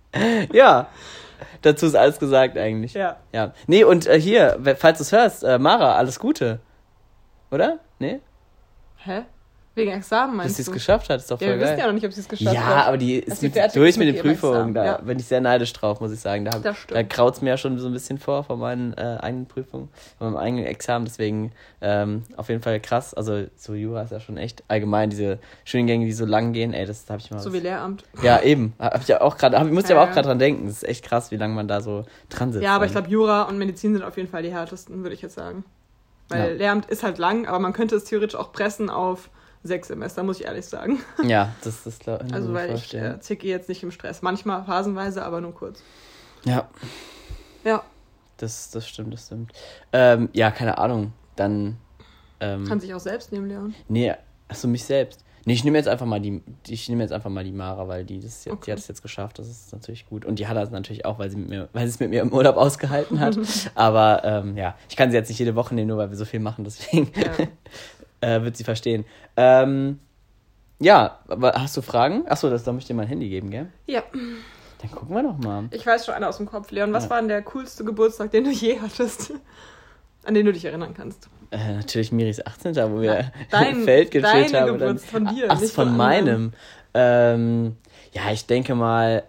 Ja, dazu ist alles gesagt eigentlich. Ja. Ja. Nee, und äh, hier, falls du es hörst, äh, Mara, alles Gute. Oder? Nee? Hä? Wegen Examen meinst Dass sie es du? geschafft hat, ist doch voll Ja, wir geil. wissen ja noch nicht, ob sie es geschafft Ja, hat. aber die ist Dass sie mit, fertig durch ist mit mit den ihrem Prüfungen. Examen, Da ja. bin ich sehr neidisch drauf, muss ich sagen. Da, Das stimmt. da kraut es mir ja schon so ein bisschen vor, von meinen äh, eigenen Prüfungen, von meinem eigenen Examen. Deswegen ähm, auf jeden Fall krass. Also so Jura ist ja schon echt allgemein, diese Studiengänge, die so lang gehen. Ey, das habe ich mal... So wie Lehramt. Ja, eben. Hab ich ja auch gerade, ich musste Ja, aber auch ja. gerade dran denken. Das ist echt krass, wie lange man da so dran sitzt. Ja, aber ich dann. glaube, Jura und Medizin sind auf jeden Fall die härtesten, würde ich jetzt sagen. Weil Ja. Lehramt ist halt lang, aber man könnte es theoretisch auch pressen auf sechs Semester, muss ich ehrlich sagen. Ja, das, das glaube ich. Also weil ich äh, zicke jetzt nicht im Stress. Manchmal phasenweise, aber nur kurz. Ja, Ja, das, das stimmt, das stimmt. Ähm, ja, keine Ahnung. Dann. Ähm, kann sich auch selbst nehmen, Leon. nee, achso, mich selbst. Nee, ich nehme jetzt einfach mal die, ich nehme jetzt einfach mal die Mara, weil die das jetzt, Okay. die hat es jetzt geschafft, das ist natürlich gut. Und die hat das natürlich auch, weil sie mit mir, weil sie es mit mir im Urlaub ausgehalten hat. Aber ähm, ja, ich kann sie jetzt nicht jede Woche nehmen, nur weil wir so viel machen, deswegen Ja. äh, wird sie verstehen. Ähm, ja, aber hast du Fragen? Achso, das, da möchte ich dir mein Handy geben, gell? Ja, Dann gucken wir doch mal. ich weiß schon einer aus dem Kopf. Leon, was Ja. war denn der coolste Geburtstag, den du je hattest? An den du dich erinnern kannst. Äh, natürlich Miris achtzehnten wo wir Ja, dein- im Feld gechillt deine haben. und dann- Geburtstag von dir, Ach, nicht von von meinem. Ähm, ja, ich denke mal.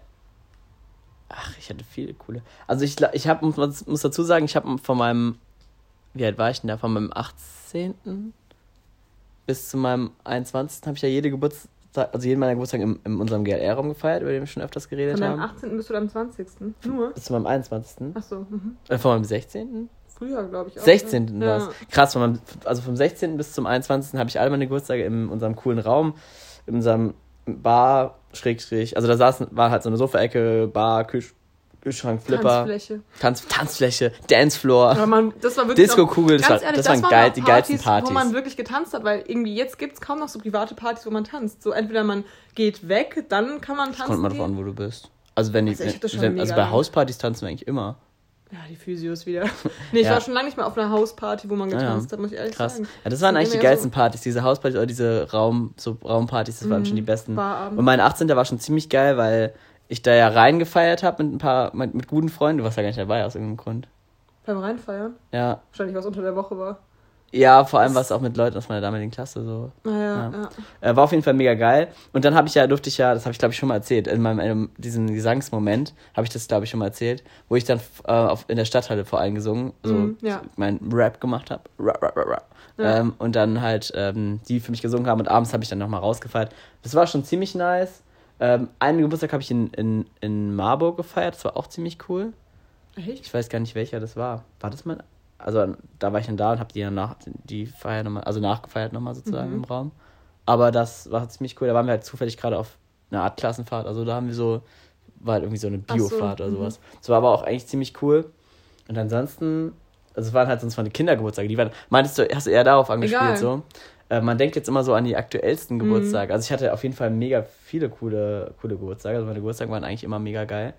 Ach, ich hatte viele coole. Also ich, ich hab, muss, muss dazu sagen, ich habe von meinem. Wie alt war ich denn da? Von meinem achtzehnten bis zu meinem einundzwanzigsten habe ich ja jede Geburtstag, also jeden meiner Geburtstage in, in unserem G L R-Raum gefeiert, über den wir schon öfters geredet Von deinem haben. achtzehnten bis zu deinem zwanzigsten Nur? Bis zu meinem einundzwanzigsten Ach so, mhm. Äh, von meinem sechzehnten Früher, glaube ich auch. sechzehnten Ja. war es. Krass, von meinem, also vom sechzehnten bis zum einundzwanzigsten habe ich alle meine Geburtstage in unserem coolen Raum, in unserem Bar, Schrägstrich, also da saßen, war halt so eine Sofaecke, Bar, Kühl, Kühlschrank, Flipper, Tanzfläche. Tanz, Tanzfläche, Dancefloor, Aber man, das war wirklich Disco-Kugel, das, ganz war, ehrlich, das waren waren geil, auch die geilsten Partys. Wo man wirklich getanzt hat, weil irgendwie jetzt gibt es kaum noch so private Partys, wo man tanzt. So entweder man geht weg, dann kann man tanzen Kommt mal drauf gehen. an, wo du bist. Also wenn die, Also ich hab das schon wenn, mega also bei lang. Hauspartys tanzen wir eigentlich immer. Ja, die Physios wieder. Nee, ich Ja. war schon lange nicht mehr auf einer Hausparty, wo man Ja, getanzt hat, muss ich ehrlich Krass. sagen. Ja, das waren Von eigentlich die dem her geilsten Partys, diese Hauspartys oder diese Raum, so Raumpartys, das waren schon die besten. Barabend. Und mein achtzehnten war schon ziemlich geil, weil ich da ja reingefeiert habe mit ein paar, mit, mit guten Freunden. Du warst ja gar nicht dabei aus irgendeinem Grund. Beim Reinfeiern? Ja. Wahrscheinlich, was unter der Woche war. Ja, vor allem war es auch mit Leuten aus meiner damaligen Klasse so. Naja, Ja. ja. Äh, war auf jeden Fall mega geil. Und dann habe ich ja, durfte ich ja, das habe ich glaube ich schon mal erzählt, in meinem, in diesem Gesangsmoment habe ich das glaube ich schon mal erzählt, wo ich dann äh, auf, in der Stadthalle vor allem gesungen, so Mhm, ja. mein Rap gemacht habe. Rap, rap, rap, rap. Ja. Ähm, und dann halt ähm, die für mich gesungen haben und abends habe ich dann nochmal rausgefeiert. Das war schon ziemlich nice. Ähm, einen Geburtstag habe ich in, in, in Marburg gefeiert, das war auch ziemlich cool. Echt? Ich weiß gar nicht, welcher das war. War das mein... Also da war ich dann da und habe die dann nach, die Feier nochmal, also nachgefeiert nochmal sozusagen Mhm. im Raum. Aber das war ziemlich cool. Da waren wir halt zufällig gerade auf einer Art Klassenfahrt. Also da haben wir so, war halt irgendwie so eine Ach so, Biofahrt oder mhm. sowas. Das war aber auch eigentlich ziemlich cool. Und ansonsten, also es waren halt sonst meine Kindergeburtstage. Die waren, meintest du, hast du eher darauf angespielt Egal. so? Äh, man denkt jetzt immer so an die aktuellsten Mhm. Geburtstage. Also ich hatte auf jeden Fall mega viele coole, coole Geburtstage. Also meine Geburtstage waren eigentlich immer mega geil.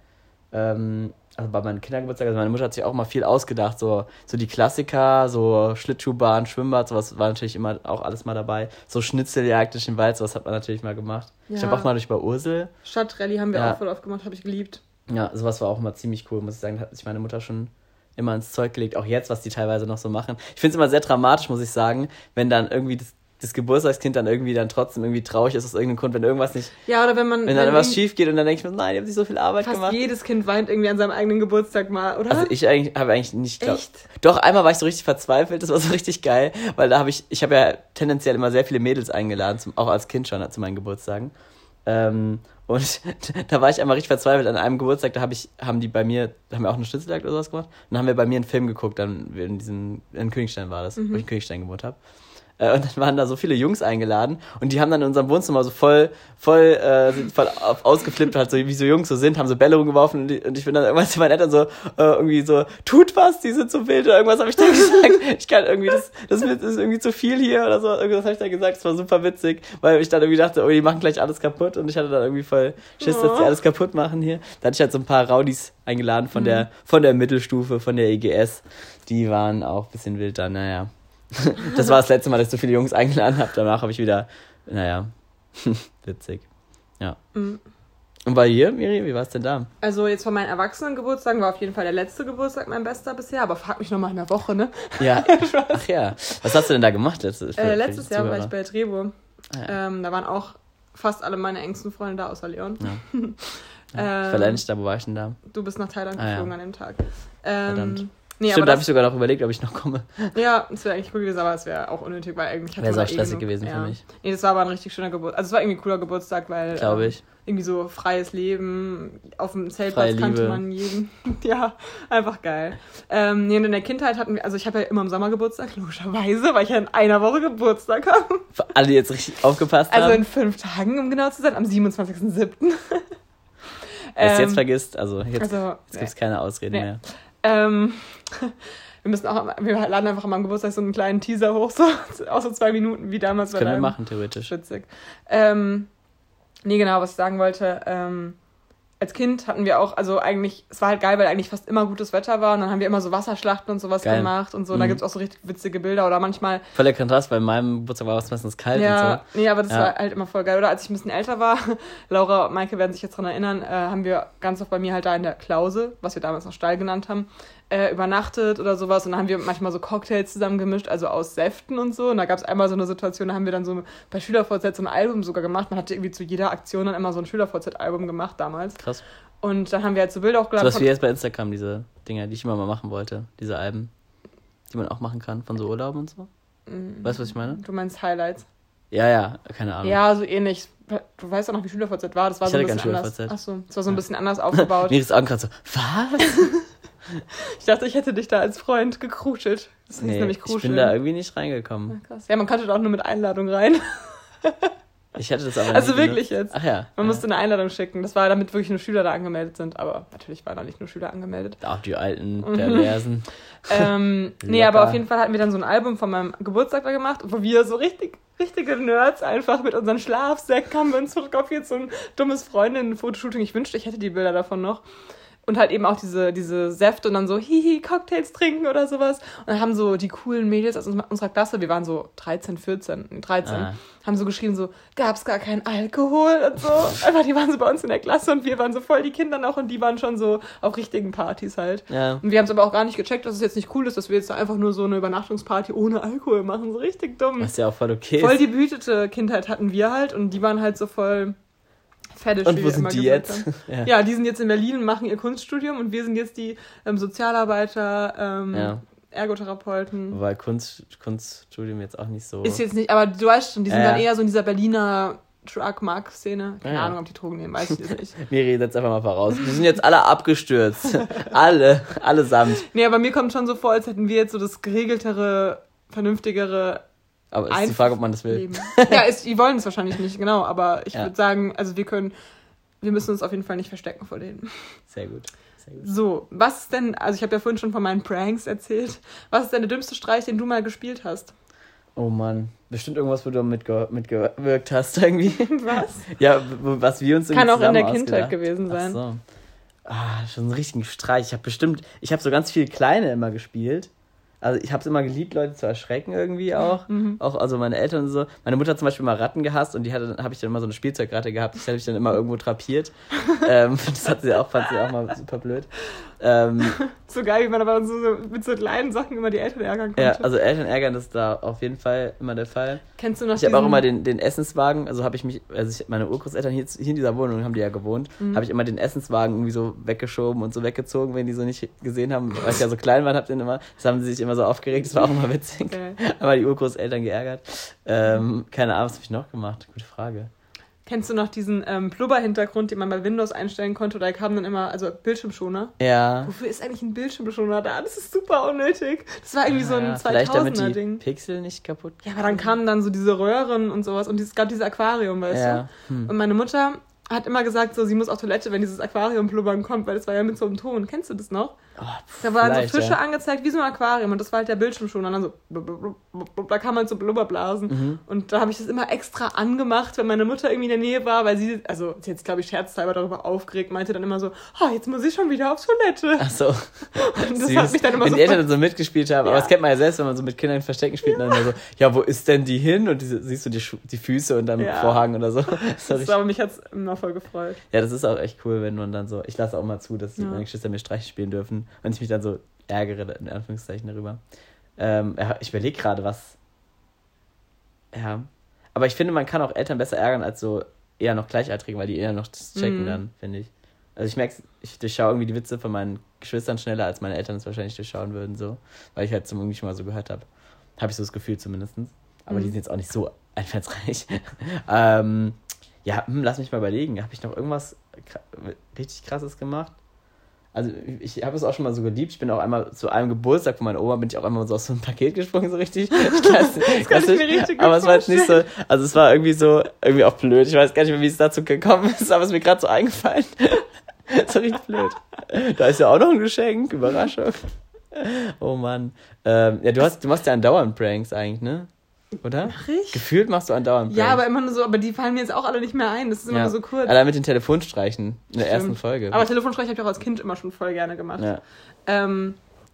Ähm, also bei meinen Kindergeburtstagen, also meine Mutter hat sich auch mal viel ausgedacht, so, so die Klassiker, so Schlittschuhbahn, Schwimmbad, sowas war natürlich immer auch alles mal dabei. So Schnitzeljagd durch den Wald, sowas hat man natürlich mal gemacht. Ich Ja. habe auch mal durch bei Ursel. Stadtrallye haben wir Ja. auch voll oft gemacht, habe ich geliebt. Ja, sowas war auch immer ziemlich cool, muss ich sagen. Da hat sich meine Mutter schon immer ins Zeug gelegt, auch jetzt, was die teilweise noch so machen. Ich finde es immer sehr dramatisch, muss ich sagen, wenn dann irgendwie das, das Geburtstagskind dann irgendwie dann trotzdem irgendwie traurig ist aus irgendeinem Grund, wenn irgendwas nicht, Ja, oder wenn man. wenn dann irgendwas irgend- schief geht und dann denke ich mir, nein, die haben sich so viel Arbeit Fast gemacht. jedes Kind weint irgendwie an seinem eigenen Geburtstag mal, oder? Also ich eigentlich habe eigentlich nicht glaub, Echt? Doch, einmal war ich so richtig verzweifelt, das war so richtig geil, weil da habe ich, ich habe ja tendenziell immer sehr viele Mädels eingeladen, zum, auch als Kind schon zu meinen Geburtstagen. Ähm, und da war ich einmal richtig verzweifelt an einem Geburtstag, da hab ich, haben die bei mir, da haben wir auch eine Schnitzeljagd oder sowas gemacht, und dann haben wir bei mir einen Film geguckt, dann in diesem, in Königstein war das, wo ich in Königstein gewohnt habe. Äh, Und dann waren da so viele Jungs eingeladen und die haben dann in unserem Wohnzimmer so voll, voll, äh, sind voll auf, ausgeflippt, halt so wie so Jungs so sind, haben so Bälle rumgeworfen und, die, und ich bin dann irgendwann zu meinen Eltern so, äh, irgendwie so, tut was, die sind so wild oder irgendwas habe ich dann gesagt. Ich kann irgendwie, das, das ist irgendwie zu viel hier oder so, irgendwas habe ich dann gesagt, das war super witzig, weil ich dann irgendwie dachte, oh, die machen gleich alles kaputt und ich hatte dann irgendwie voll Schiss, dass die alles kaputt machen hier. Da hatte ich halt so ein paar Rowdies eingeladen von der, von der Mittelstufe, von der E G S, die waren auch ein bisschen wild dann, naja. Das war das letzte Mal, dass ich so viele Jungs eingeladen habe. Danach habe ich wieder, naja, witzig. Ja. Mhm. Und bei dir, Miri, wie war es denn da? Also jetzt von meinen Erwachsenengeburtstagen war auf jeden Fall der letzte Geburtstag mein bester bisher, aber frag mich nochmal in der Woche, ne? Ja, ach ja. Was hast du denn da gemacht letztes, für, äh, letztes Jahr war ich bei Trebo. Ah, ja. ähm, da waren auch fast alle meine engsten Freunde da, außer Leon. Ja. Ja, ich war leider nicht da, wo war ich denn da? Du bist nach Thailand ah, geflogen ja. an dem Tag. Ähm, Verdammt. Nee, Stimmt, aber da habe ich sogar noch überlegt, ob ich noch komme. Ja, es wäre eigentlich cool gewesen, aber es wäre auch unnötig, weil eigentlich hatte Wäre man auch stressig eh gewesen ja. für mich. Nee, das war aber ein richtig schöner Geburtstag. Also es war irgendwie ein cooler Geburtstag, weil Glaube ich. Ähm, irgendwie so freies Leben, auf dem Freie Zeltplatz kannte Liebe. man jeden. Ja, einfach geil. Ähm, nee, und in der Kindheit hatten wir, also ich habe ja immer im Sommer Geburtstag, logischerweise, weil ich ja in einer Woche Geburtstag habe. Für alle, die jetzt richtig aufgepasst Also haben. in fünf Tagen, um genau zu sein, am siebenundzwanzigsten siebten Wer es ähm, jetzt vergisst, also jetzt, also, jetzt gibt es keine Ausreden nee. mehr. Ähm, wir müssen auch, wir laden einfach an meinem Geburtstag so einen kleinen Teaser hoch, so, auch so zwei Minuten, wie damals. Das können wir machen, theoretisch. Witzig. Ähm, nee, genau, was ich sagen wollte, ähm, als Kind hatten wir auch, also eigentlich, es war halt geil, weil eigentlich fast immer gutes Wetter war und dann haben wir immer so Wasserschlachten und sowas geil. gemacht und so, und mhm. da gibt es auch so richtig witzige Bilder oder manchmal... Voll der Kontrast, weil in meinem Geburtstag war es meistens kalt ja, und so. Nee, aber das ja. war halt immer voll geil. Oder als ich ein bisschen älter war, Laura und Maike werden sich jetzt daran erinnern, äh, haben wir ganz oft bei mir halt da in der Klause, was wir damals noch Stall genannt haben, äh, übernachtet oder sowas und dann haben wir manchmal so Cocktails zusammen gemischt, also aus Säften und so, und da gab es einmal so eine Situation, da haben wir dann so bei SchülerVZ so ein Album sogar gemacht, man hatte irgendwie zu jeder Aktion dann immer so ein SchülerVZ-Album gemacht damals. Krass. Und dann haben wir halt so Bilder hochgeladen. So was wie jetzt bei Instagram, diese Dinger, die ich immer mal machen wollte, diese Alben, die man auch machen kann von so Urlauben und so. Mm. Weißt du, was ich meine? Du meinst Highlights? Ja, ja, keine Ahnung. Ja, so ähnlich. Du weißt doch noch, wie SchülerVZ war, das war ich so ein hatte bisschen kein anders. Achso, das war so ein bisschen anders aufgebaut. Mir ist auch gerade so, was? Ich dachte, ich hätte dich da als Freund gekruschelt. Das hieß nee, nämlich Kruscheln. ich bin da irgendwie nicht reingekommen. Ja, krass. Ja, man konnte da auch nur mit Einladung rein. Ich hatte das aber Also nie wirklich benutzt. jetzt. Ach ja. Man ja. musste eine Einladung schicken. Das war, damit wirklich nur Schüler da angemeldet sind. Aber natürlich waren da nicht nur Schüler angemeldet. Auch die alten Perversen. ähm, nee, aber auf jeden Fall hatten wir dann so ein Album von meinem Geburtstag da gemacht, wo wir so richtig, richtige Nerds einfach mit unseren Schlafsäcken haben wir uns fotografiert. So ein dummes Freundinnen-Fotoshooting. Ich wünschte, ich hätte die Bilder davon noch. Und halt eben auch diese, diese Säfte und dann so, hihi, Cocktails trinken oder sowas. Und dann haben so die coolen Mädels aus unserer Klasse, wir waren so dreizehn, vierzehn, dreizehn, ah. haben so geschrieben, so, gab's gar keinen Alkohol und so. Einfach, die waren so bei uns in der Klasse und wir waren so voll die Kinder noch und die waren schon so auf richtigen Partys halt. Ja. Und wir haben es aber auch gar nicht gecheckt, dass es jetzt nicht cool ist, dass wir jetzt da einfach nur so eine Übernachtungsparty ohne Alkohol machen. So richtig dumm. Was ja auch voll okay ist. Voll die behütete Kindheit hatten wir halt und die waren halt so voll... Fetisch, und wo sind die jetzt? ja. ja, die sind jetzt in Berlin und machen ihr Kunststudium und wir sind jetzt die ähm, Sozialarbeiter, ähm, ja. Ergotherapeuten. Wobei Kunst, Kunststudium jetzt auch nicht so... Ist jetzt nicht, aber du weißt schon, die sind ja. dann eher so in dieser Berliner Drug-Mark-Szene. Keine ja. Ahnung, ob die Drogen nehmen, weiß ich nicht. Miri, setz einfach mal voraus. Die sind jetzt alle abgestürzt. alle, allesamt. Nee, aber mir kommt schon so vor, als hätten wir jetzt so das geregeltere, vernünftigere... Aber es ist die Frage, ob man das will. Leben. Ja, ist, die wollen es wahrscheinlich nicht, genau. Aber ich ja. würde sagen, also wir können, wir müssen uns auf jeden Fall nicht verstecken vor denen. Sehr gut. Sehr gut. So, was ist denn, also ich habe ja vorhin schon von meinen Pranks erzählt. Was ist denn der dümmste Streich, den du mal gespielt hast? Oh Mann, bestimmt irgendwas, wo du mitge- mitgewirkt hast irgendwie. Was? Ja, was wir uns irgendwie Kann auch in der ausgedacht. Kindheit gewesen sein. Ach so. Ah, schon einen richtigen Streich. Ich habe bestimmt, ich habe so ganz viele kleine immer gespielt. Also ich habe es immer geliebt, Leute zu erschrecken irgendwie auch. Mhm. Auch also meine Eltern und so. Meine Mutter hat zum Beispiel immer Ratten gehasst und die hatte, habe ich dann immer so eine Spielzeugratte gehabt. Das habe ich dann immer irgendwo drapiert. ähm, das hat sie auch, fand sie auch mal super blöd. Ähm, so geil, wie man aber so, so mit so kleinen Sachen immer die Eltern ärgern konnte. Ja, also Eltern ärgern, das ist da auf jeden Fall immer der Fall. Kennst du noch Ich habe auch immer den, den Essenswagen, also habe ich mich, also ich, meine Urgroßeltern hier, hier in dieser Wohnung haben die ja gewohnt, mhm. habe ich immer den Essenswagen irgendwie so weggeschoben und so weggezogen, wenn die so nicht gesehen haben, weil ich ja so klein war, hab den immer, das haben sie sich immer so aufgeregt, das war auch immer witzig. Okay. Aber die Urgroßeltern geärgert. Ähm, keine Ahnung, was habe ich noch gemacht? Gute Frage. Kennst du noch diesen ähm, Blubber-Hintergrund, den man bei Windows einstellen konnte? Da kam dann immer, also Bildschirmschoner. Ja. Wofür ist eigentlich ein Bildschirmschoner da? Das ist super unnötig. Das war irgendwie ja, so ein zweitausender-Ding. Damit die Pixel nicht kaputt Ja, aber dann kamen dann so diese Röhren und sowas und es gab dieses Aquarium, weißt ja. du? Hm. Und meine Mutter hat immer gesagt, so sie muss auf Toilette, wenn dieses Aquarium blubbern kommt, weil das war ja mit so einem Ton. Kennst du das noch? Oh, pff, da waren so Fische ja. angezeigt wie so ein Aquarium und das war halt der Bildschirmschoner und dann so blub, blub, blub, blub, da kam halt so Blubberblasen mhm. und da habe ich das immer extra angemacht, wenn meine Mutter irgendwie in der Nähe war, weil sie, also sie jetzt glaube ich scherzhalber darüber aufgeregt, meinte dann immer so, oh, jetzt muss ich schon wieder auf Toilette. Ach so. Und das Süß. Hat mich dann immer wenn so... die Eltern dann so mitgespielt haben, ja. aber das kennt man ja selbst, wenn man so mit Kindern Verstecken spielt ja. und dann so, ja, wo ist denn die hin? Und die, siehst du die, die Füße und dann ja. Vorhang oder so. Das das aber mich hat es immer voll gefreut. Ja, das ist auch echt cool, wenn man dann so, ich lasse auch mal zu, dass Ja. meine Geschwister mir Streiche spielen dürfen und ich mich dann so ärgere, in Anführungszeichen, darüber. Ähm, ja, ich überlege gerade, was, ja, aber ich finde, man kann auch Eltern besser ärgern als so eher noch Gleichaltrige, weil die eher noch das checken Mhm. dann, finde ich. Also ich merke, ich durchschaue irgendwie die Witze von meinen Geschwistern schneller, als meine Eltern es wahrscheinlich durchschauen würden, so, weil ich halt zum irgendwie schon mal so gehört habe. Habe ich so das Gefühl zumindest. Aber Mhm. die sind jetzt auch nicht so einfallsreich. ähm, ja, hm, lass mich mal überlegen. Habe ich noch irgendwas kr- richtig Krasses gemacht? Also ich habe es auch schon mal so geliebt. Ich bin auch einmal zu einem Geburtstag von meiner Oma, bin ich auch einmal so aus so einem Paket gesprungen, so richtig. Klasse, Das kann ich mir richtig gut aber es war jetzt nicht so, also es war irgendwie so, irgendwie auch blöd. Ich weiß gar nicht mehr, wie es dazu gekommen ist, aber es ist mir gerade so eingefallen. So richtig blöd. Da ist ja auch noch ein Geschenk, Überraschung. Oh Mann. Ähm, ja, du hast, du machst ja andauernd Pranks eigentlich, ne? Oder? Mach ich? Gefühlt machst du andauernd Pranks. Ja, aber immer nur so, aber die fallen mir jetzt auch alle nicht mehr ein. Das ist immer ja. nur so kurz. Allein mit den Telefonstreichen in der Stimmt. ersten Folge. Aber Telefonstreich habe ich auch als Kind immer schon voll gerne gemacht. Ja. Ähm,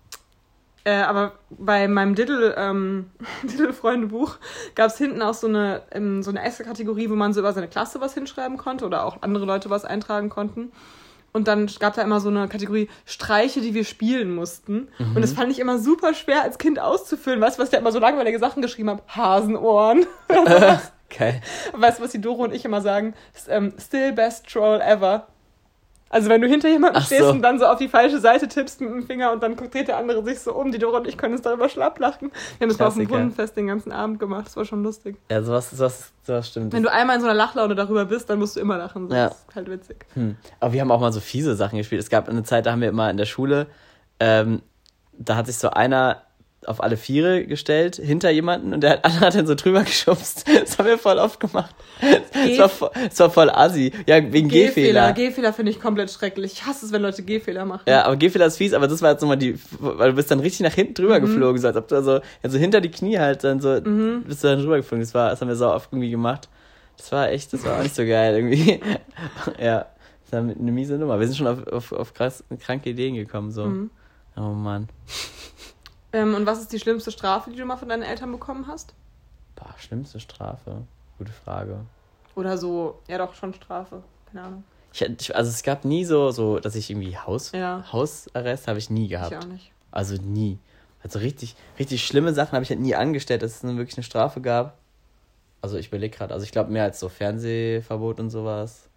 äh, aber bei meinem Diddle, ähm, Diddle-Freunde-Buch gab es hinten auch so eine, ähm, so eine extra Kategorie, wo man so über seine Klasse was hinschreiben konnte oder auch andere Leute was eintragen konnten. Und dann gab da immer so eine Kategorie Streiche, die wir spielen mussten. Mhm. Und das fand ich immer super schwer als Kind auszufüllen. Weißt du, was ich da immer so langweilige Sachen geschrieben habe? Hasenohren. Geil. Weißt du, was die Doro und ich immer sagen? Ist, ähm, still best troll ever. Also wenn du hinter jemandem Ach stehst so. und dann so auf die falsche Seite tippst mit dem Finger und dann dreht der andere sich so um, die Doro und ich können uns darüber schlapp lachen. Wir haben das mal auf dem Klassiker. Brunnenfest den ganzen Abend gemacht. Das war schon lustig. Ja, sowas, sowas, sowas stimmt. Wenn du einmal in so einer Lachlaune darüber bist, dann musst du immer lachen. Das Ja. ist halt witzig. Hm. Aber wir haben auch mal so fiese Sachen gespielt. Es gab eine Zeit, da haben wir immer in der Schule, ähm, da hat sich so einer auf alle Viere gestellt, hinter jemanden, und der hat, andere hat dann so drüber geschubst. Das haben wir voll oft gemacht. Das war, voll- das war voll assi. Ja, wegen Gehfehler. Gehfehler finde ich komplett schrecklich. Ich hasse es, wenn Leute Gehfehler machen. Ja, aber Gehfehler ist fies, aber das war jetzt nochmal die, weil du bist dann richtig nach hinten drüber Mhm. geflogen, so als ob du also, also hinter die Knie halt dann so, Mhm. bist du dann drüber geflogen. Das war, das haben wir so oft irgendwie gemacht. Das war echt, das war auch nicht so geil irgendwie. Ja, das war eine miese Nummer. Wir sind schon auf, auf, auf krass, kranke Ideen gekommen, so. Mhm. Oh Mann. Ähm, und was ist die schlimmste Strafe, die du mal von deinen Eltern bekommen hast? Boah, schlimmste Strafe. Gute Frage. Oder so, ja doch, schon Strafe. Keine Ahnung. Ich, ich, also es gab nie so, so, dass ich irgendwie Haus, Ja. Hausarrest habe ich nie gehabt. Ich auch nicht. Also nie. Also richtig, richtig schlimme Sachen habe ich halt nie angestellt, dass es dann wirklich eine Strafe gab. Also ich überlege gerade, also ich glaube mehr als so Fernsehverbot und sowas.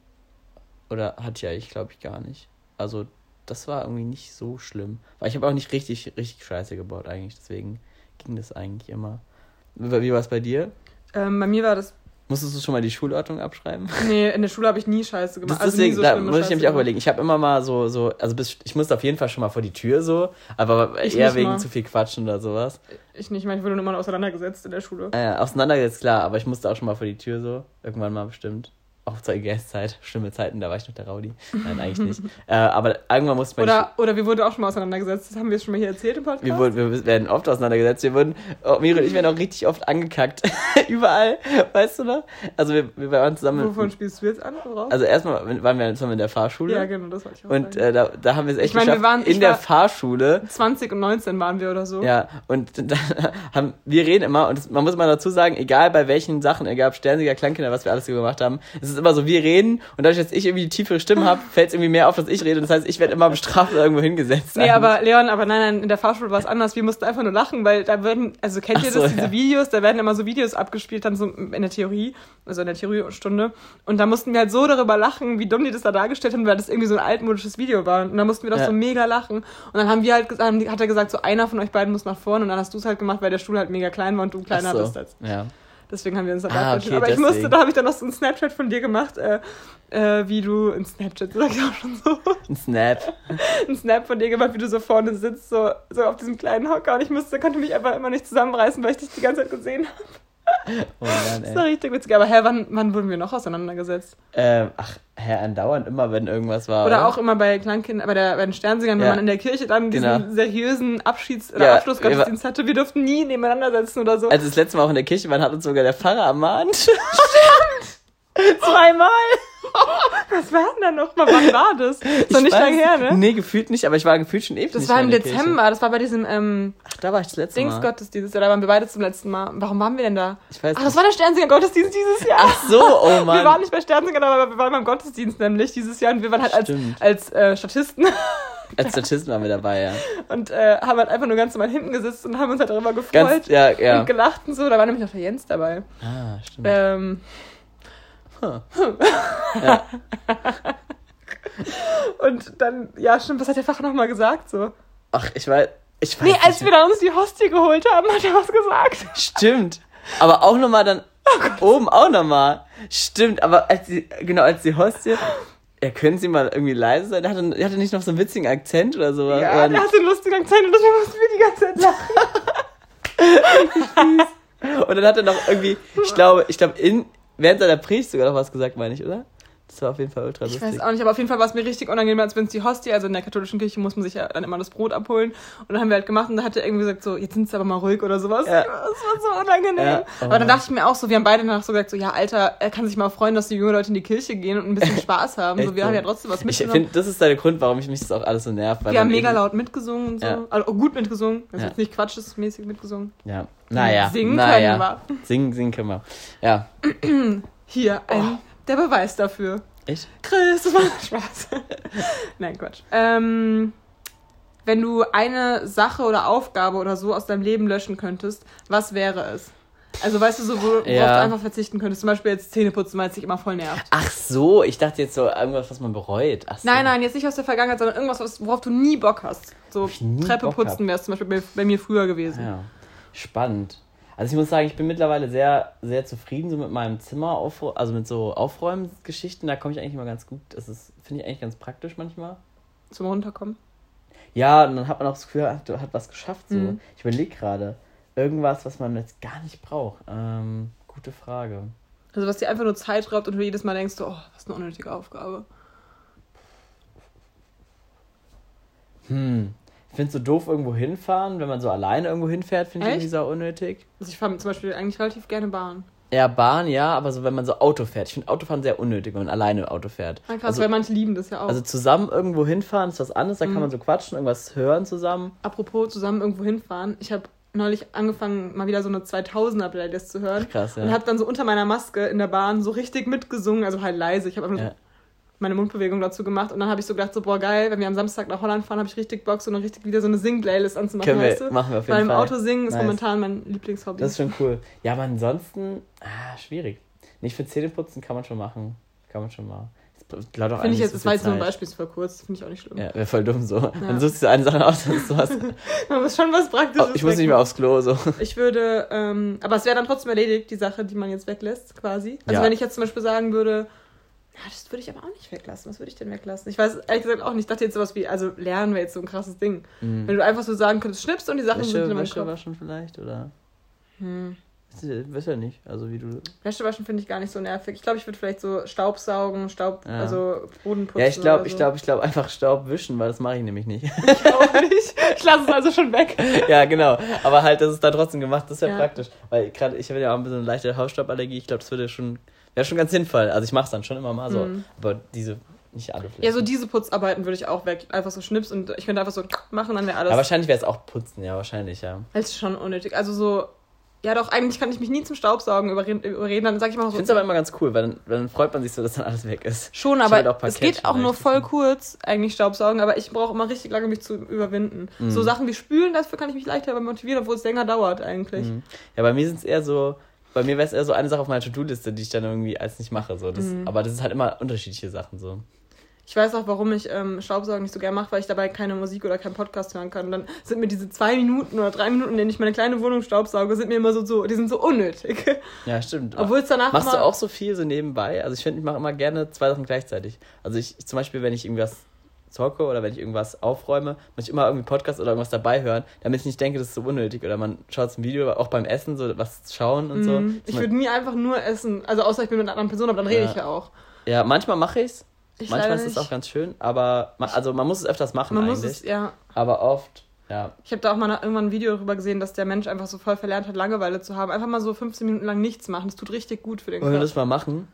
Oder hatte ich eigentlich, glaube ich, gar nicht. Also das war irgendwie nicht so schlimm. Weil ich habe auch nicht richtig, richtig Scheiße gebaut eigentlich, deswegen ging das eigentlich immer. Wie wie war es bei dir? Ähm, bei mir war das, Musstest du schon mal die Schulordnung abschreiben? nee, in der Schule habe ich nie Scheiße gemacht. Das, Also deswegen, nie so da schlimme muss ich Scheiße nämlich auch gemacht. überlegen. Ich habe immer mal so, so, also bis, ich musste auf jeden Fall schon mal vor die Tür so, aber Ich eher nicht wegen mal. zu viel Quatschen oder sowas. Ich nicht, ich wurde nur mal auseinandergesetzt in der Schule. Äh, auseinandergesetzt, klar, aber ich musste auch schon mal vor die Tür so, irgendwann mal bestimmt. Auch zur E G S-Zeit, schlimme Zeiten, da war ich noch der Rowdy. Nein, eigentlich nicht. äh, aber irgendwann musste man... Oder, oder wir wurden auch schon mal auseinandergesetzt. Das haben wir jetzt schon mal hier erzählt im Podcast. Wir, wurden, wir werden oft auseinandergesetzt. Wir wurden, oh, Miri und ich werden auch richtig oft angekackt. Überall, weißt du noch? Also wir, wir waren zusammen... Wovon spielst du jetzt an? Worauf? Also erstmal waren wir zusammen in der Fahrschule. ja, genau, das wollte ich auch Und sagen. äh, da, da haben wir es echt Ich meine, wir geschafft, waren- ich in der war- Fahrschule... zwanzig und neunzehn waren wir oder so. Ja, und dann haben, wir reden immer, und das, man muss mal dazu sagen, egal bei welchen Sachen, egal ob Sternsieger, Kleinkinder, was wir alles so gemacht haben, es ist immer so, wir reden, und dadurch, dass ich irgendwie die tiefere Stimme habe, fällt es irgendwie mehr auf, dass ich rede, das heißt, ich werde immer bestraft oder irgendwo hingesetzt. Nee, aber Leon, aber nein, nein, in der Fahrschule war es anders. Wir mussten einfach nur lachen, weil da werden, also kennt ihr Ach so, das, diese ja. Videos, da werden immer so Videos abgespielt, dann so in der Theorie, also in der Theoriestunde. Und da mussten wir halt so darüber lachen, wie dumm die das da dargestellt haben, weil das irgendwie so ein altmodisches Video war. Und da mussten wir doch Ja. so mega lachen. Und dann haben wir halt, ges- haben- hat er gesagt, so einer von euch beiden muss nach vorne. Und dann hast du es halt gemacht, weil der Stuhl halt mega klein war und du kleiner Ach so, bist als. ja. Deswegen haben wir uns da Ah, abgeschnitten. okay, Aber ich deswegen. musste, da habe ich dann noch so einen Snapchat von dir gemacht, äh, äh, wie du, ein Snapchat, sag ich auch schon so. Ein Snap. einen Snap von dir gemacht, wie du so vorne sitzt, so, so auf diesem kleinen Hocker, und ich musste, konnte mich einfach immer nicht zusammenreißen, weil ich dich die ganze Zeit gesehen habe. Oh Mann, Das war ey. richtig witzig. Aber hä, wann, wann wurden wir noch auseinandergesetzt? Ähm, ach, hä, andauernd immer, wenn irgendwas war. Oder auch immer bei Kleinkindern, bei, der, bei den Sternsingern, wenn Ja. man in der Kirche dann diesen Genau. seriösen Abschieds- oder Ja, Abschlussgottesdienst hatte. Wir durften nie nebeneinander sitzen oder so. Als das letzte Mal auch in der Kirche waren, hat uns sogar der Pfarrer ermahnt. Zweimal. Was war denn da noch mal? Wann war das? Das ist doch nicht lange her, ne? Nee, gefühlt nicht, aber ich war gefühlt schon ewig Das nicht war mehr im in der Dezember, Kirche. das war bei diesem ähm, Ach, da war ich das letzte Mal. Dingsgottesdienst, da waren wir beide zum letzten Mal. Warum waren wir denn da? Ich weiß Ach, nicht. das war der Sternsinger-Gottesdienst dieses Jahr. Ach so, oh Mann. Wir waren nicht bei Sternsinger, aber wir waren beim Gottesdienst nämlich dieses Jahr und wir waren halt als, Stimmt. als äh, Statisten Als Statisten waren wir dabei, ja. und äh, haben halt einfach nur ganz normal hinten gesessen und haben uns halt darüber gefreut Ganz, ja, ja. und gelacht und so. Da war nämlich noch der Jens dabei. Ah, stimmt. Ähm, Huh. Ja. und dann, ja stimmt, was hat der Fach nochmal gesagt so? Ach, ich weiß, ich weiß Nee, nicht als wir dann uns die Hostie geholt haben, hat er was gesagt. Stimmt. Aber auch nochmal dann oben auch nochmal. Stimmt, aber als die, genau, als die Hostie, ja, können Sie mal irgendwie leise sein? Der hatte, der hatte nicht noch so einen witzigen Akzent oder sowas. Ja, oder der hatte einen lustigen Akzent und deswegen mussten wir die ganze Zeit lachen. Und dann hat er noch irgendwie, ich glaube, ich glaube, in, während seiner Predigt sogar noch was gesagt, meine ich, oder? Das war auf jeden Fall ultra Ich lustig. weiß auch nicht, aber auf jeden Fall war es mir richtig unangenehm, als wenn es die Hostie, also in der katholischen Kirche muss man sich ja dann immer das Brot abholen. Und dann haben wir halt gemacht und da hat er irgendwie gesagt so, jetzt sind sie aber mal ruhig oder sowas. Ja. Das war so unangenehm. Ja. Oh aber dann Mann. dachte ich mir auch so, wir haben beide danach so gesagt so, ja Alter, er kann sich mal freuen, dass die jungen Leute in die Kirche gehen und ein bisschen Spaß haben. So, Echt wir so. haben ja trotzdem was Ich mitgenommen. finde, das ist der Grund, warum ich mich das auch alles so nervt. Weil Wir haben man mega eben- laut mitgesungen und so. Ja. Also gut mitgesungen. Also Ja. jetzt nicht quatschesmäßig mitgesungen. Ja, naja. Singen naja. können Singen, singen können wir. Ja. Hier, ein, Oh. der Beweis dafür. Echt? Chris, das macht Spaß. Nein, Quatsch. Ähm, wenn du eine Sache oder Aufgabe oder so aus deinem Leben löschen könntest, was wäre es? Also weißt du so, wo, worauf Ja. du einfach verzichten könntest? Zum Beispiel jetzt Zähneputzen, weil es dich immer voll nervt. Ach so, ich dachte jetzt so irgendwas, was man bereut. Ach so. Nein, nein, jetzt nicht aus der Vergangenheit, sondern irgendwas, was- worauf du nie Bock hast. So ich nie Treppe Bock putzen wäre es zum Beispiel bei, bei mir früher gewesen. Ja, spannend. Also ich muss sagen, ich bin mittlerweile sehr, sehr zufrieden so mit meinem Zimmer, aufrä- also mit so Aufräumgeschichten. Da komme ich eigentlich immer ganz gut. Das ist, finde ich eigentlich ganz praktisch manchmal. Zum Runterkommen. Ja, und dann hat man auch das Gefühl, du hast was geschafft. So. Mhm. Ich überlege gerade, irgendwas, was man jetzt gar nicht braucht. Ähm, gute Frage. Also was dir einfach nur Zeit raubt und du jedes Mal denkst, oh, was eine unnötige Aufgabe. Hm. Ich finde es so doof, irgendwo hinfahren, wenn man so alleine irgendwo hinfährt, finde ich Echt? irgendwie sau unnötig. Also ich fahre zum Beispiel eigentlich relativ gerne Bahn. Ja, Bahn, ja, aber so, wenn man so Auto fährt. Ich finde Autofahren sehr unnötig, wenn man alleine Auto fährt. Ja, krass, Also, weil manche lieben das ja auch. also zusammen irgendwo hinfahren ist was anderes, da Mhm. kann man so quatschen, irgendwas hören zusammen. Apropos zusammen irgendwo hinfahren. Ich habe neulich angefangen, mal wieder so eine zweitausender-Playlist zu hören. Ach, krass, ja. Und habe dann so unter meiner Maske in der Bahn so richtig mitgesungen, also halt leise. Ich habe einfach nur Ja. so meine Mundbewegung dazu gemacht. Und dann habe ich so gedacht, so boah geil, wenn wir am Samstag nach Holland fahren, habe ich richtig Bock, so eine richtig wieder so eine Sing-Playlist anzumachen, Können wir- weißt du? machen wir auf Weil jeden im Fall. Auto singen ist Nice. momentan mein Lieblingshobby. Das ist schon cool. Ja, aber ansonsten, ah, schwierig. Nicht für Zähneputzen kann man schon machen. Kann man schon mal. Das dauert auch Finde ich eigentlich jetzt, so das war viel jetzt nur ein Zeit. Beispiel, ist voll kurz, finde ich auch nicht schlimm. Ja, wäre voll dumm so. Dann suchst du so eine Sache aus, dann ist sowas. Man muss schon was Praktisches Oh, ich muss nicht wegmachen. mehr aufs Klo, so. Ich würde, ähm, aber es wäre dann trotzdem erledigt, die Sache, die man jetzt weglässt, quasi. Also Ja. wenn ich jetzt zum Beispiel sagen würde, ja, das würde ich aber auch nicht weglassen. Was würde ich denn weglassen? Ich weiß ehrlich gesagt auch nicht. Ich dachte jetzt sowas wie, also lernen wäre jetzt so ein krasses Ding. Mhm. Wenn du einfach so sagen könntest, schnippst und die Sachen sind in Wäsche, meinem Wäsche Kopf. waschen vielleicht, oder? Hm. Weiß ja nicht, also wie du... Wäsche waschen finde ich gar nicht so nervig. Ich glaube, ich würde vielleicht so Staubsaugen, Staub, Ja. also Boden putzen. Ja, ich glaube, oder ich so. glaube, ich glaube einfach Staub wischen, weil das mache ich nämlich nicht. Ich auch nicht. Ich lasse es also schon weg. Ja, genau. Aber halt, das ist dann trotzdem gemacht, das ist ja, Ja. praktisch. Weil gerade, ich habe ja auch ein bisschen eine leichte Hausstauballergie. Ich glaube, das würde schon, wäre schon ganz sinnvoll. Also ich mache es dann schon immer mal so. Mhm. Aber diese, nicht alle vielleicht. Ja, so diese Putzarbeiten würde ich auch weg. Einfach so schnips und ich könnte einfach so machen, dann wäre alles. Aber wahrscheinlich wäre es auch putzen, ja, wahrscheinlich, ja. Das ist schon unnötig. Also so, ja doch, eigentlich kann ich mich nie zum Staubsaugen überreden. überreden. Dann sage ich mal Ich so. finde es aber immer ganz cool, weil dann, dann freut man sich so, dass dann alles weg ist. Schon, Ich aber halt auch es Parkett geht auch nur vielleicht. voll kurz, eigentlich Staubsaugen, aber ich brauche immer richtig lange, mich zu überwinden. Mhm. So Sachen wie Spülen, dafür kann ich mich leichter motivieren, obwohl es länger dauert eigentlich. Mhm. Ja, bei mir sind es eher so, bei mir wäre es eher so eine Sache auf meiner To-Do-Liste, die ich dann irgendwie als nicht mache. So. Das, Mhm. Aber das ist halt immer unterschiedliche Sachen so. Ich weiß auch, warum ich ähm, Staubsaugen nicht so gern mache, weil ich dabei keine Musik oder keinen Podcast hören kann. Und dann sind mir diese zwei Minuten oder drei Minuten, in denen ich meine kleine Wohnung staubsauge, sind mir immer so, so die sind so unnötig. Ja, stimmt. Obwohl es danach Machst du immer- auch so viel so nebenbei? Also ich finde, ich mache immer gerne zwei Sachen gleichzeitig. Also ich, ich zum Beispiel, wenn ich irgendwas zocke oder wenn ich irgendwas aufräume, muss ich immer irgendwie Podcast oder irgendwas dabei hören, damit ich nicht denke, das ist so unnötig. Oder man schaut ein Video, auch beim Essen, so was schauen und so. Mhm. Ich Dass würde man- nie einfach nur essen, also außer ich bin mit einer anderen Person, aber dann rede Ja. ich ja auch. Ja, manchmal mache ich's. Ich Manchmal leider ist es nicht. auch ganz schön, aber man, also man muss es öfters machen Man eigentlich. muss es, ja. Aber oft, ja. Ich habe da auch mal irgendwann ein Video darüber gesehen, dass der Mensch einfach so voll verlernt hat, Langeweile zu haben. Einfach mal so fünfzehn Minuten lang nichts machen. Das tut richtig gut für den Wollen wir Körper. das mal machen?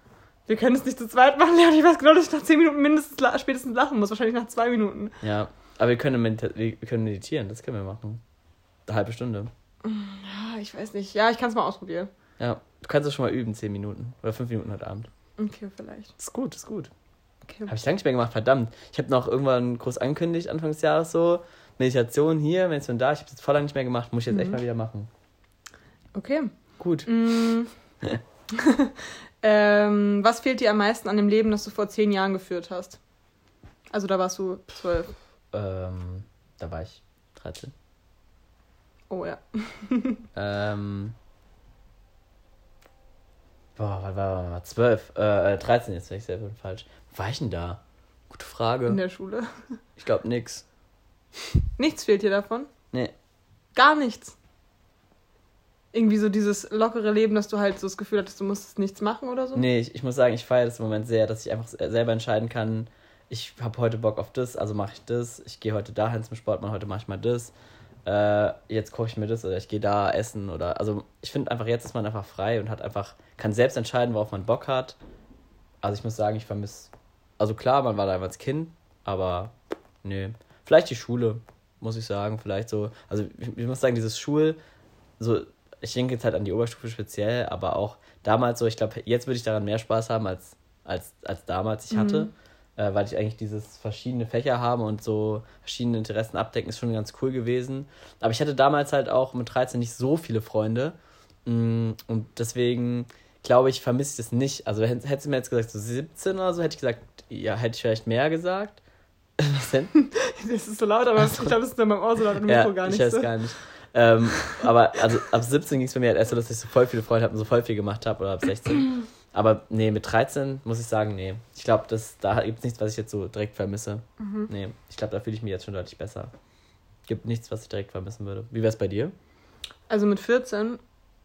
Wir können es nicht zu zweit machen, Leon. Ich weiß genau, dass ich nach zehn Minuten mindestens la- spätestens lachen muss. Wahrscheinlich nach zwei Minuten. Ja, aber wir können, medita- wir können meditieren, das können wir machen. Eine halbe Stunde. Ja, ich weiß nicht. Ja, ich kann es mal ausprobieren. Ja, du kannst es schon mal üben, zehn Minuten. Oder fünf Minuten heute Abend. Okay, vielleicht. Ist gut, ist gut. Okay. Habe ich lange nicht mehr gemacht, verdammt. Ich habe noch irgendwann groß angekündigt, Anfang des Jahres so, Meditation hier, Meditation da. Ich habe es jetzt voll lange nicht mehr gemacht, muss ich jetzt Mhm. echt mal wieder machen. Okay. Gut. Mm. ähm, was fehlt dir am meisten an dem Leben, das du vor zehn Jahren geführt hast? Also da warst du zwölf. Ähm, da war ich dreizehn. Oh ja. ähm, boah, was war, war zwölf? Äh, dreizehn jetzt, wäre ich selber falsch. Wo war ich denn da? Gute Frage. In der Schule. Ich glaube nix. Nichts fehlt dir davon? Nee. Gar nichts. Irgendwie so dieses lockere Leben, dass du halt so das Gefühl hattest, du musst nichts machen oder so? Nee, ich, ich muss sagen, ich feiere das im Moment sehr, dass ich einfach selber entscheiden kann, ich habe heute Bock auf das, also mache ich das. Ich gehe heute dahin zum Sport, mal heute mache ich mal das. Äh, jetzt koche ich mir das oder ich gehe da essen oder... Also ich finde einfach, jetzt ist man einfach frei und hat einfach... Kann selbst entscheiden, worauf man Bock hat. Also ich muss sagen, ich vermisse... Also klar, man war damals Kind, aber nee. Vielleicht die Schule, muss ich sagen. Vielleicht so... Also ich, ich muss sagen, dieses Schul... So, ich denke jetzt halt an die Oberstufe speziell, aber auch damals so, ich glaube, jetzt würde ich daran mehr Spaß haben, als, als, als damals ich hatte. Mhm. Äh, weil ich eigentlich dieses verschiedene Fächer habe und so verschiedene Interessen abdecken, ist schon ganz cool gewesen. Aber ich hatte damals halt auch mit dreizehn nicht so viele Freunde. Und deswegen glaube ich, vermisse ich das nicht. Also hättest du mir jetzt gesagt, so siebzehn oder so, hätte ich gesagt, ja, hätte ich vielleicht mehr gesagt. Was denn? Das ist so laut, aber ich glaube, das ist in meinem Ohr so laut im Mikro ja, gar nicht ich weiß so. gar nicht. ähm, aber also ab siebzehn ging es bei mir halt erst so, dass ich so voll viele Freunde habe und so voll viel gemacht habe, oder ab sechzehn. Aber nee, mit dreizehn muss ich sagen, nee. Ich glaube, da gibt es nichts, was ich jetzt so direkt vermisse. Mhm. Nee, ich glaube, da fühle ich mich jetzt schon deutlich besser. Gibt nichts, was ich direkt vermissen würde. Wie wäre es bei dir? Also mit vierzehn?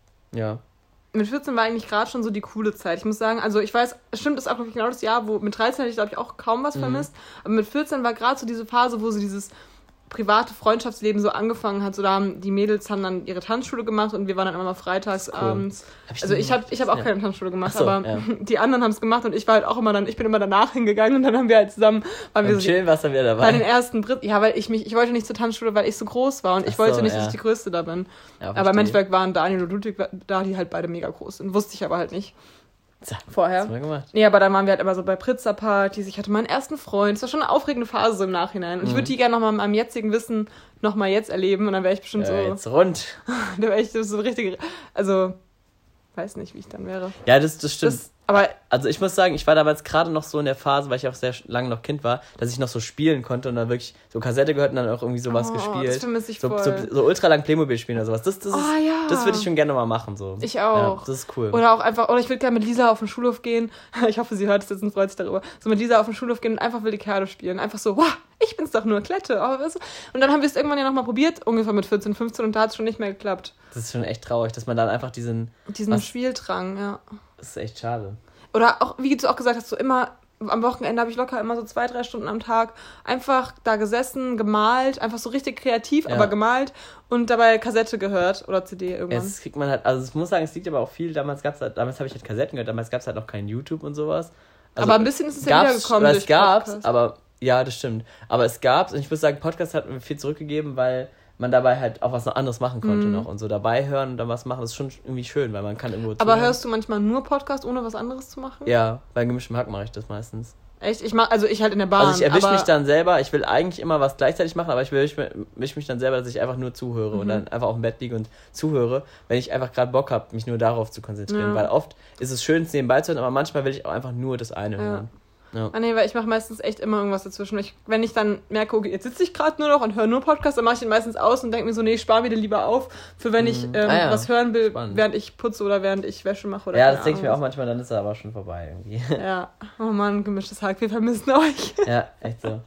Ja. Mit vierzehn war eigentlich gerade schon so die coole Zeit. Ich muss sagen, also ich weiß, es stimmt, das ist auch genau das Jahr, wo mit dreizehn hätte ich, glaube ich, auch kaum was mhm. vermisst. Aber mit vierzehn war gerade so diese Phase, wo so dieses private Freundschaftsleben so angefangen hat. So, da haben die Mädels haben dann ihre Tanzschule gemacht und wir waren dann immer mal freitags cool. abends. Hab ich also ich habe ich hab auch ja. keine Tanzschule gemacht, so, aber ja. die anderen haben es gemacht und ich war halt auch immer dann, ich bin immer danach hingegangen und dann haben wir halt zusammen, waren wir so schön warst du wieder dabei. Bei den ersten Brit ja, weil ich mich, ich wollte nicht zur Tanzschule, weil ich so groß war und ich Ach wollte so, nicht, ja. dass ich die Größte da bin. Ja, aber im Endeffekt waren Daniel und Ludwig da, die halt beide mega groß sind. Wusste ich aber halt nicht. Vorher. Hast du mal gemacht. Nee, aber dann waren wir halt immer so bei Pritzer-Partys. Ich hatte meinen ersten Freund. Das war schon eine aufregende Phase so im Nachhinein. Und mhm. ich würde die gerne nochmal mit meinem jetzigen Wissen nochmal jetzt erleben. Und dann wäre ich bestimmt ja, so... jetzt rund. Da wäre ich so richtig... Also, weiß nicht, wie ich dann wäre. Ja, das, das stimmt. Das, aber also ich muss sagen, ich war damals gerade noch so in der Phase, weil ich auch sehr lange noch Kind war, dass ich noch so spielen konnte und dann wirklich so Kassette gehört und dann auch irgendwie sowas oh, gespielt. Das vermisse ich so, voll. So, so ultra lang Playmobil spielen oder sowas. Das, das, oh, ist, ja. das würde ich schon gerne mal machen. So. Ich auch. Ja, das ist cool. Oder auch einfach, oder ich würde gerne mit Lisa auf den Schulhof gehen. Ich hoffe, sie hört es jetzt und freut sich darüber. So mit Lisa auf den Schulhof gehen und einfach wilde Kerle spielen. Einfach so, wow, ich bin's doch nur, Klette. Oh, was? Und dann haben wir es irgendwann ja nochmal probiert, ungefähr mit vierzehn, fünfzehn und da hat es schon nicht mehr geklappt. Das ist schon echt traurig, dass man dann einfach diesen... Diesen was, Spieldrang, ja. Das ist echt schade. Oder auch, wie du auch gesagt hast, so immer, am Wochenende habe ich locker immer so zwei, drei Stunden am Tag einfach da gesessen, gemalt, einfach so richtig kreativ, ja. aber gemalt und dabei Kassette gehört oder C D irgendwann. Das kriegt man halt, also ich muss sagen, es liegt aber auch viel, damals gab's halt, damals habe ich halt Kassetten gehört, damals gab es halt noch kein YouTube und sowas. Also aber ein bisschen ist es ja wiedergekommen durch Es gab's, Podcast. aber, ja, das stimmt. Aber es gab's und ich muss sagen, Podcast hat mir viel zurückgegeben, weil man dabei halt auch was noch anderes machen konnte mhm. noch und so dabei hören und dann was machen, das ist schon irgendwie schön, weil man kann irgendwo Aber zuhören. Hörst du manchmal nur Podcast, ohne was anderes zu machen? Ja, bei gemischtem Hack mache ich das meistens. Echt? Ich mach, also ich halt in der Bahn. Also ich erwische mich dann selber, ich will eigentlich immer was gleichzeitig machen, aber ich erwische mich dann selber, dass ich einfach nur zuhöre mhm. und dann einfach auf dem Bett liege und zuhöre, wenn ich einfach gerade Bock habe, mich nur darauf zu konzentrieren, ja. weil oft ist es schön, es nebenbei zu hören, aber manchmal will ich auch einfach nur das eine ja. hören. Ja. Ah nee, weil ich mache meistens echt immer irgendwas dazwischen. Ich, wenn ich dann merke, okay, jetzt sitze ich gerade nur noch und höre nur Podcast, dann mache ich den meistens aus und denke mir so, nee, ich spare mir den lieber auf, für wenn ich ähm, ah, ja. was hören will, Spannend. während ich putze oder während ich Wäsche mache. Oder ja, das denke ich mir auch manchmal, dann ist er aber schon vorbei irgendwie. Ja, oh Mann, gemischtes Hack, wir vermissen euch. Ja, echt so.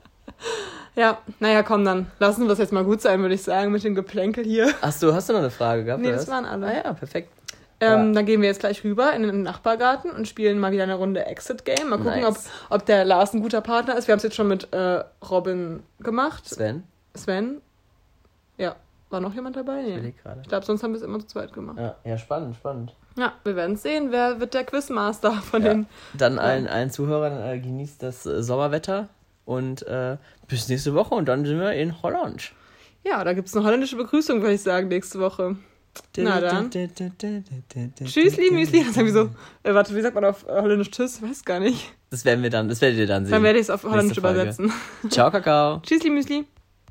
Ja, naja, komm, dann lassen wir das jetzt mal gut sein, würde ich sagen, mit dem Geplänkel hier. Ach so, hast du noch eine Frage gehabt? Nee, das waren alle. Ah ja, perfekt. Ähm, ja. Dann gehen wir jetzt gleich rüber in den Nachbargarten und spielen mal wieder eine Runde Exit Game. Mal gucken, nice. ob, ob der Lars ein guter Partner ist. Wir haben es jetzt schon mit äh, Robin gemacht. Sven? Sven? Ja. War noch jemand dabei? Nee. Ich, ich glaube, sonst haben wir es immer zu zweit gemacht. Ja, ja, spannend, spannend. Ja, wir werden sehen, wer wird der Quizmaster von Ja. den... Dann Ja. allen, allen Zuhörern äh, genießt das äh, Sommerwetter und äh, bis nächste Woche und dann sind wir in Holland. Ja, da gibt es eine holländische Begrüßung, würde ich sagen, nächste Woche. Na dann. Tschüssli, Müsli. Das ist irgendwie so... Äh, warte, wie sagt man auf Holländisch Tschüss? Weiß gar nicht. Das werden wir dann, das werdet ihr dann sehen. Dann werde ich es auf Holländisch Nächste Folge. übersetzen. Ciao, Kakao. Tschüssli, Müsli.